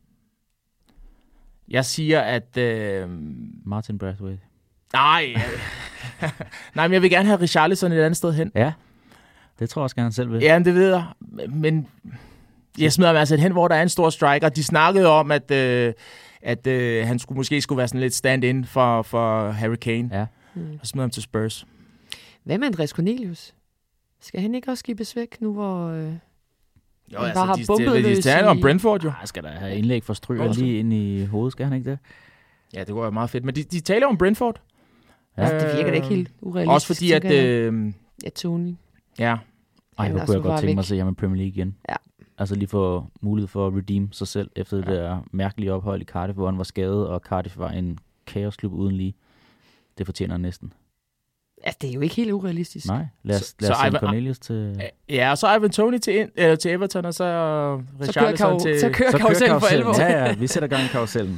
Jeg siger, at... Øh... Martin Braithwaite. Nej. Nej, men jeg vil gerne have Richarlison et andet sted hen. Ja. Det tror jeg også gerne, han selv vil. Ja, det ved jeg. Men jeg smider ham altså hen, hvor der er en stor striker. De snakkede om, at, øh, at øh, han skulle måske skulle være sådan lidt stand-in for, for Harry Kane. Ja. Mm. Og smider ham til Spurs. Hvad med Andreas Cornelius? Skal han ikke også skibes væk nu, hvor... Øh, jo, altså, har de, bumpet de, de, de taler om Brentford jo. Nej, skal der have indlæg for stryger lige ind i hovedet, skal han ikke det? Ja, det går jo meget fedt. Men de, de taler om Brentford. Ja, øh, det virker da ikke helt urealistisk. Også fordi, at... Øh, ja, Tony. Ja. Ej, hvor kunne jeg godt tænke mig at se ham i Premier League igen. Ja. Altså lige få mulighed for at redeem sig selv efter ja. det der mærkelige ophold i Cardiff, hvor han var skadet, og Cardiff var en kaosklub uden lige. Det fortjener han næsten. Altså, det er jo ikke helt urealistisk. Nej, lad os, lad os sende Cornelius til... Ja, og så Ivan Toney til, ind, eller til Everton, og så Richarlison til... Så kører karusellen for alvor. Ja, ja, vi sætter gang i karusellen.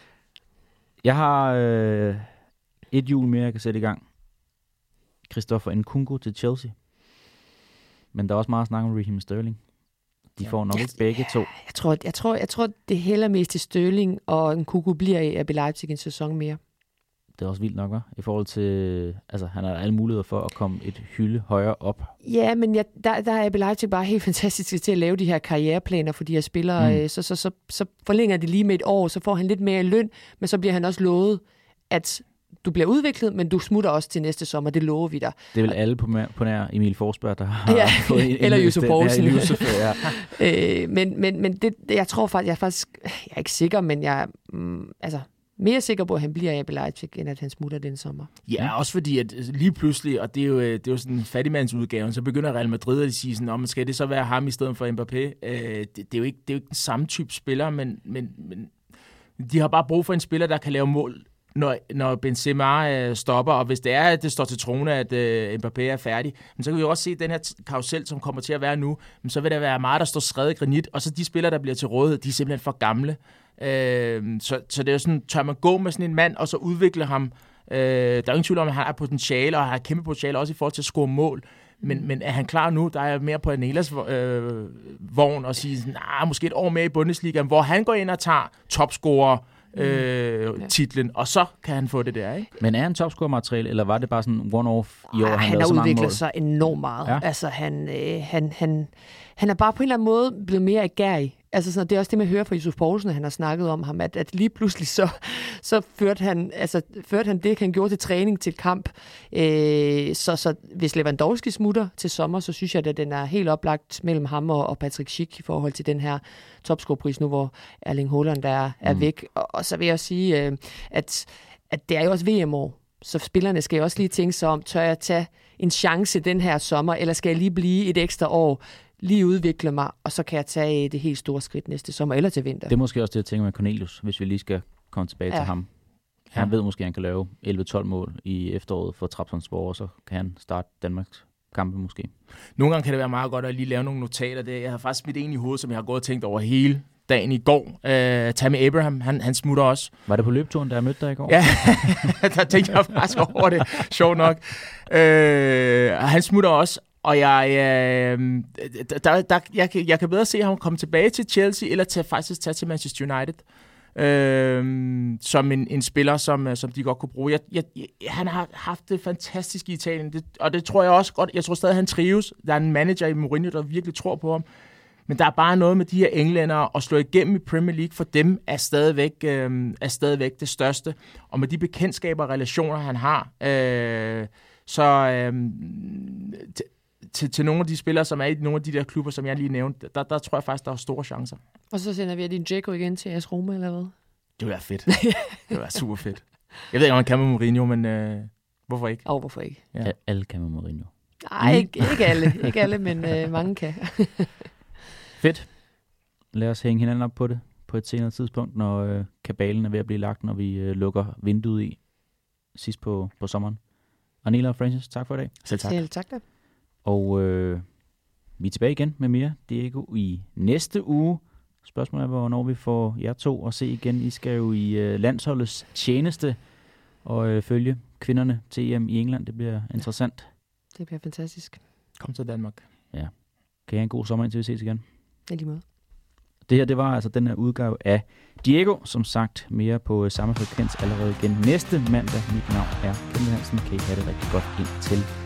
Jeg har øh, et hjul mere, jeg kan sætte i gang. Christopher Nkunku til Chelsea. Men der er også meget snak om Raheem Sterling. De får nok ikke begge to. Jeg tror, jeg tror, jeg tror det hælder mest til Sterling, og Nkunku bliver i R B Leipzig en sæson mere. Det er også vildt nok, hva'? I forhold til... Altså, han har alle muligheder for at komme et hylde højere op. Ja, men jeg, der, der er R B Leipzig bare helt fantastisk til at lave de her karriereplaner for de her spillere. Mm. Så, så, så, så forlænger de lige med et år, så får han lidt mere i løn, men så bliver han også lovet, at du bliver udviklet, men du smutter også til næste sommer. Det lover vi dig. Det er vel alle på, på nær Emil Forsberg, der har ja, fået en... Eller Yusuf Poulsen. Ja, Yusuf, ja. øh, men men, men det, jeg tror faktisk, jeg er faktisk... Jeg er ikke sikker, men jeg... Mm, altså... mere sikker på, at han bliver i R B Leipzig, end at han smutter den sommer. Ja, også fordi, at lige pludselig, og det er jo, det er jo sådan en fattigmandsudgave, så begynder Real Madrid at sige sådan, om skal det så være ham i stedet for Mbappé? Øh, det, det, er jo ikke, det er jo ikke den samme type spiller, men, men, men de har bare brug for en spiller, der kan lave mål, når, når Benzema øh, stopper, og hvis det er, at det står til troende, at øh, Mbappé er færdig, men så kan vi jo også se den her karusel, som kommer til at være nu, men så vil der være meget, der står skrevet i granit, og så de spillere, der bliver til rådighed, de er simpelthen for gamle. Øh, så, så det er jo sådan, tør man gå med sådan en mand, og så udvikle ham. Øh, der er ingen tvivl om, at han har potentiale, og har kæmpe potentiale også i forhold til at score mål. Men, men er han klar nu? Der er mere på Anelas øh, vogn og sige, nah, måske et år mere i Bundesligaen, hvor han går ind og tager topscorer øh, ja. titlen, og så kan han få det der, ikke? Men er han topscorer-materiale, eller var det bare sådan one-off i år, Arh, han, han har så udviklet sig enormt meget. Ja. Altså, han, øh, han, han, han er bare på en eller anden måde blevet mere agerig. Altså, så det er også det, man hører fra Yusuf Poulsen, at han har snakket om ham, at, at lige pludselig så, så førte, han, altså, førte han det, han gjorde til træning, til kamp. Øh, så, så hvis Lewandowski smutter til sommer, så synes jeg, at den er helt oplagt mellem ham og, og Patrick Schick i forhold til den her topscorepris nu, hvor Erling Haaland er, er mm. væk. Og, og så vil jeg også sige, øh, at, at det er jo også V M-år, så spillerne skal jo også lige tænke sig om, tør jeg tage en chance den her sommer, eller skal jeg lige blive et ekstra år, lige udvikle mig, og så kan jeg tage det helt store skridt næste sommer eller til vinter. Det er måske også det, jeg tænker med Cornelius, hvis vi lige skal komme tilbage ja. til ham. Han ja. ved måske, at han kan lave elleve tolv mål i efteråret for Trabzonspor, og så kan han starte Danmarks kampe måske. Nogle gange kan det være meget godt at lige lave nogle notater. Det, jeg har faktisk smidt en i hovedet, som jeg har gået og tænkt over hele dagen i går. Uh, Tammy Abraham, han, han smutter også. Var det på løbeturen, da jeg mødte dig i går? Ja, der tænkte jeg faktisk over det. Sjovt nok. Uh, han smutter også. Og jeg, øh, der, der, jeg, jeg kan bedre se ham komme tilbage til Chelsea, eller til, faktisk tage til Manchester United, øh, som en, en spiller, som, som de godt kunne bruge. Jeg, jeg, han har haft det fantastisk i Italien, det, og det tror jeg også godt. Jeg tror stadig, han trives. Der er en manager i Mourinho, der virkelig tror på ham. Men der er bare noget med de her englændere, at slå igennem i Premier League for dem er stadigvæk, øh, er stadigvæk det største. Og med de bekendtskaber og relationer, han har, øh, så... Øh, t- Til, til nogle af de spillere, som er i nogle af de der klubber, som jeg lige nævnte, der, der tror jeg faktisk, der er store chancer. Og så sender vi din Dzeko igen til A S Roma, eller hvad? Det ville være fedt. Det ville være super fedt. Jeg ved ikke, om man kan med Mourinho, men øh, hvorfor ikke? Åh, oh, hvorfor ikke? Ja. Alle kan med Mourinho. Nej, ikke, ikke alle. Ikke alle, men øh, mange kan. Fedt. Lad os hænge hinanden op på det på et senere tidspunkt, når øh, kabalen er ved at blive lagt, når vi øh, lukker vinduet i sidst på, på sommeren. Arnela og Francis, tak for i dag. Selv tak. Selv tak da. Og øh, vi er tilbage igen med mere Diego i næste uge. Spørgsmålet er, hvornår vi får jer to at se igen. I skal jo i øh, landsholdets tjeneste og øh, følge kvinderne til E M i England. Det bliver interessant. Ja, det bliver fantastisk. Kom til Danmark. Ja. Kan I have en god sommer, indtil vi ses igen? I lige måde. Det her, det var altså den her udgave af Diego. Som sagt, mere på samme frekvens allerede igen næste mandag. Mit navn er Kenneth Hansen. Kan I have det rigtig godt indtil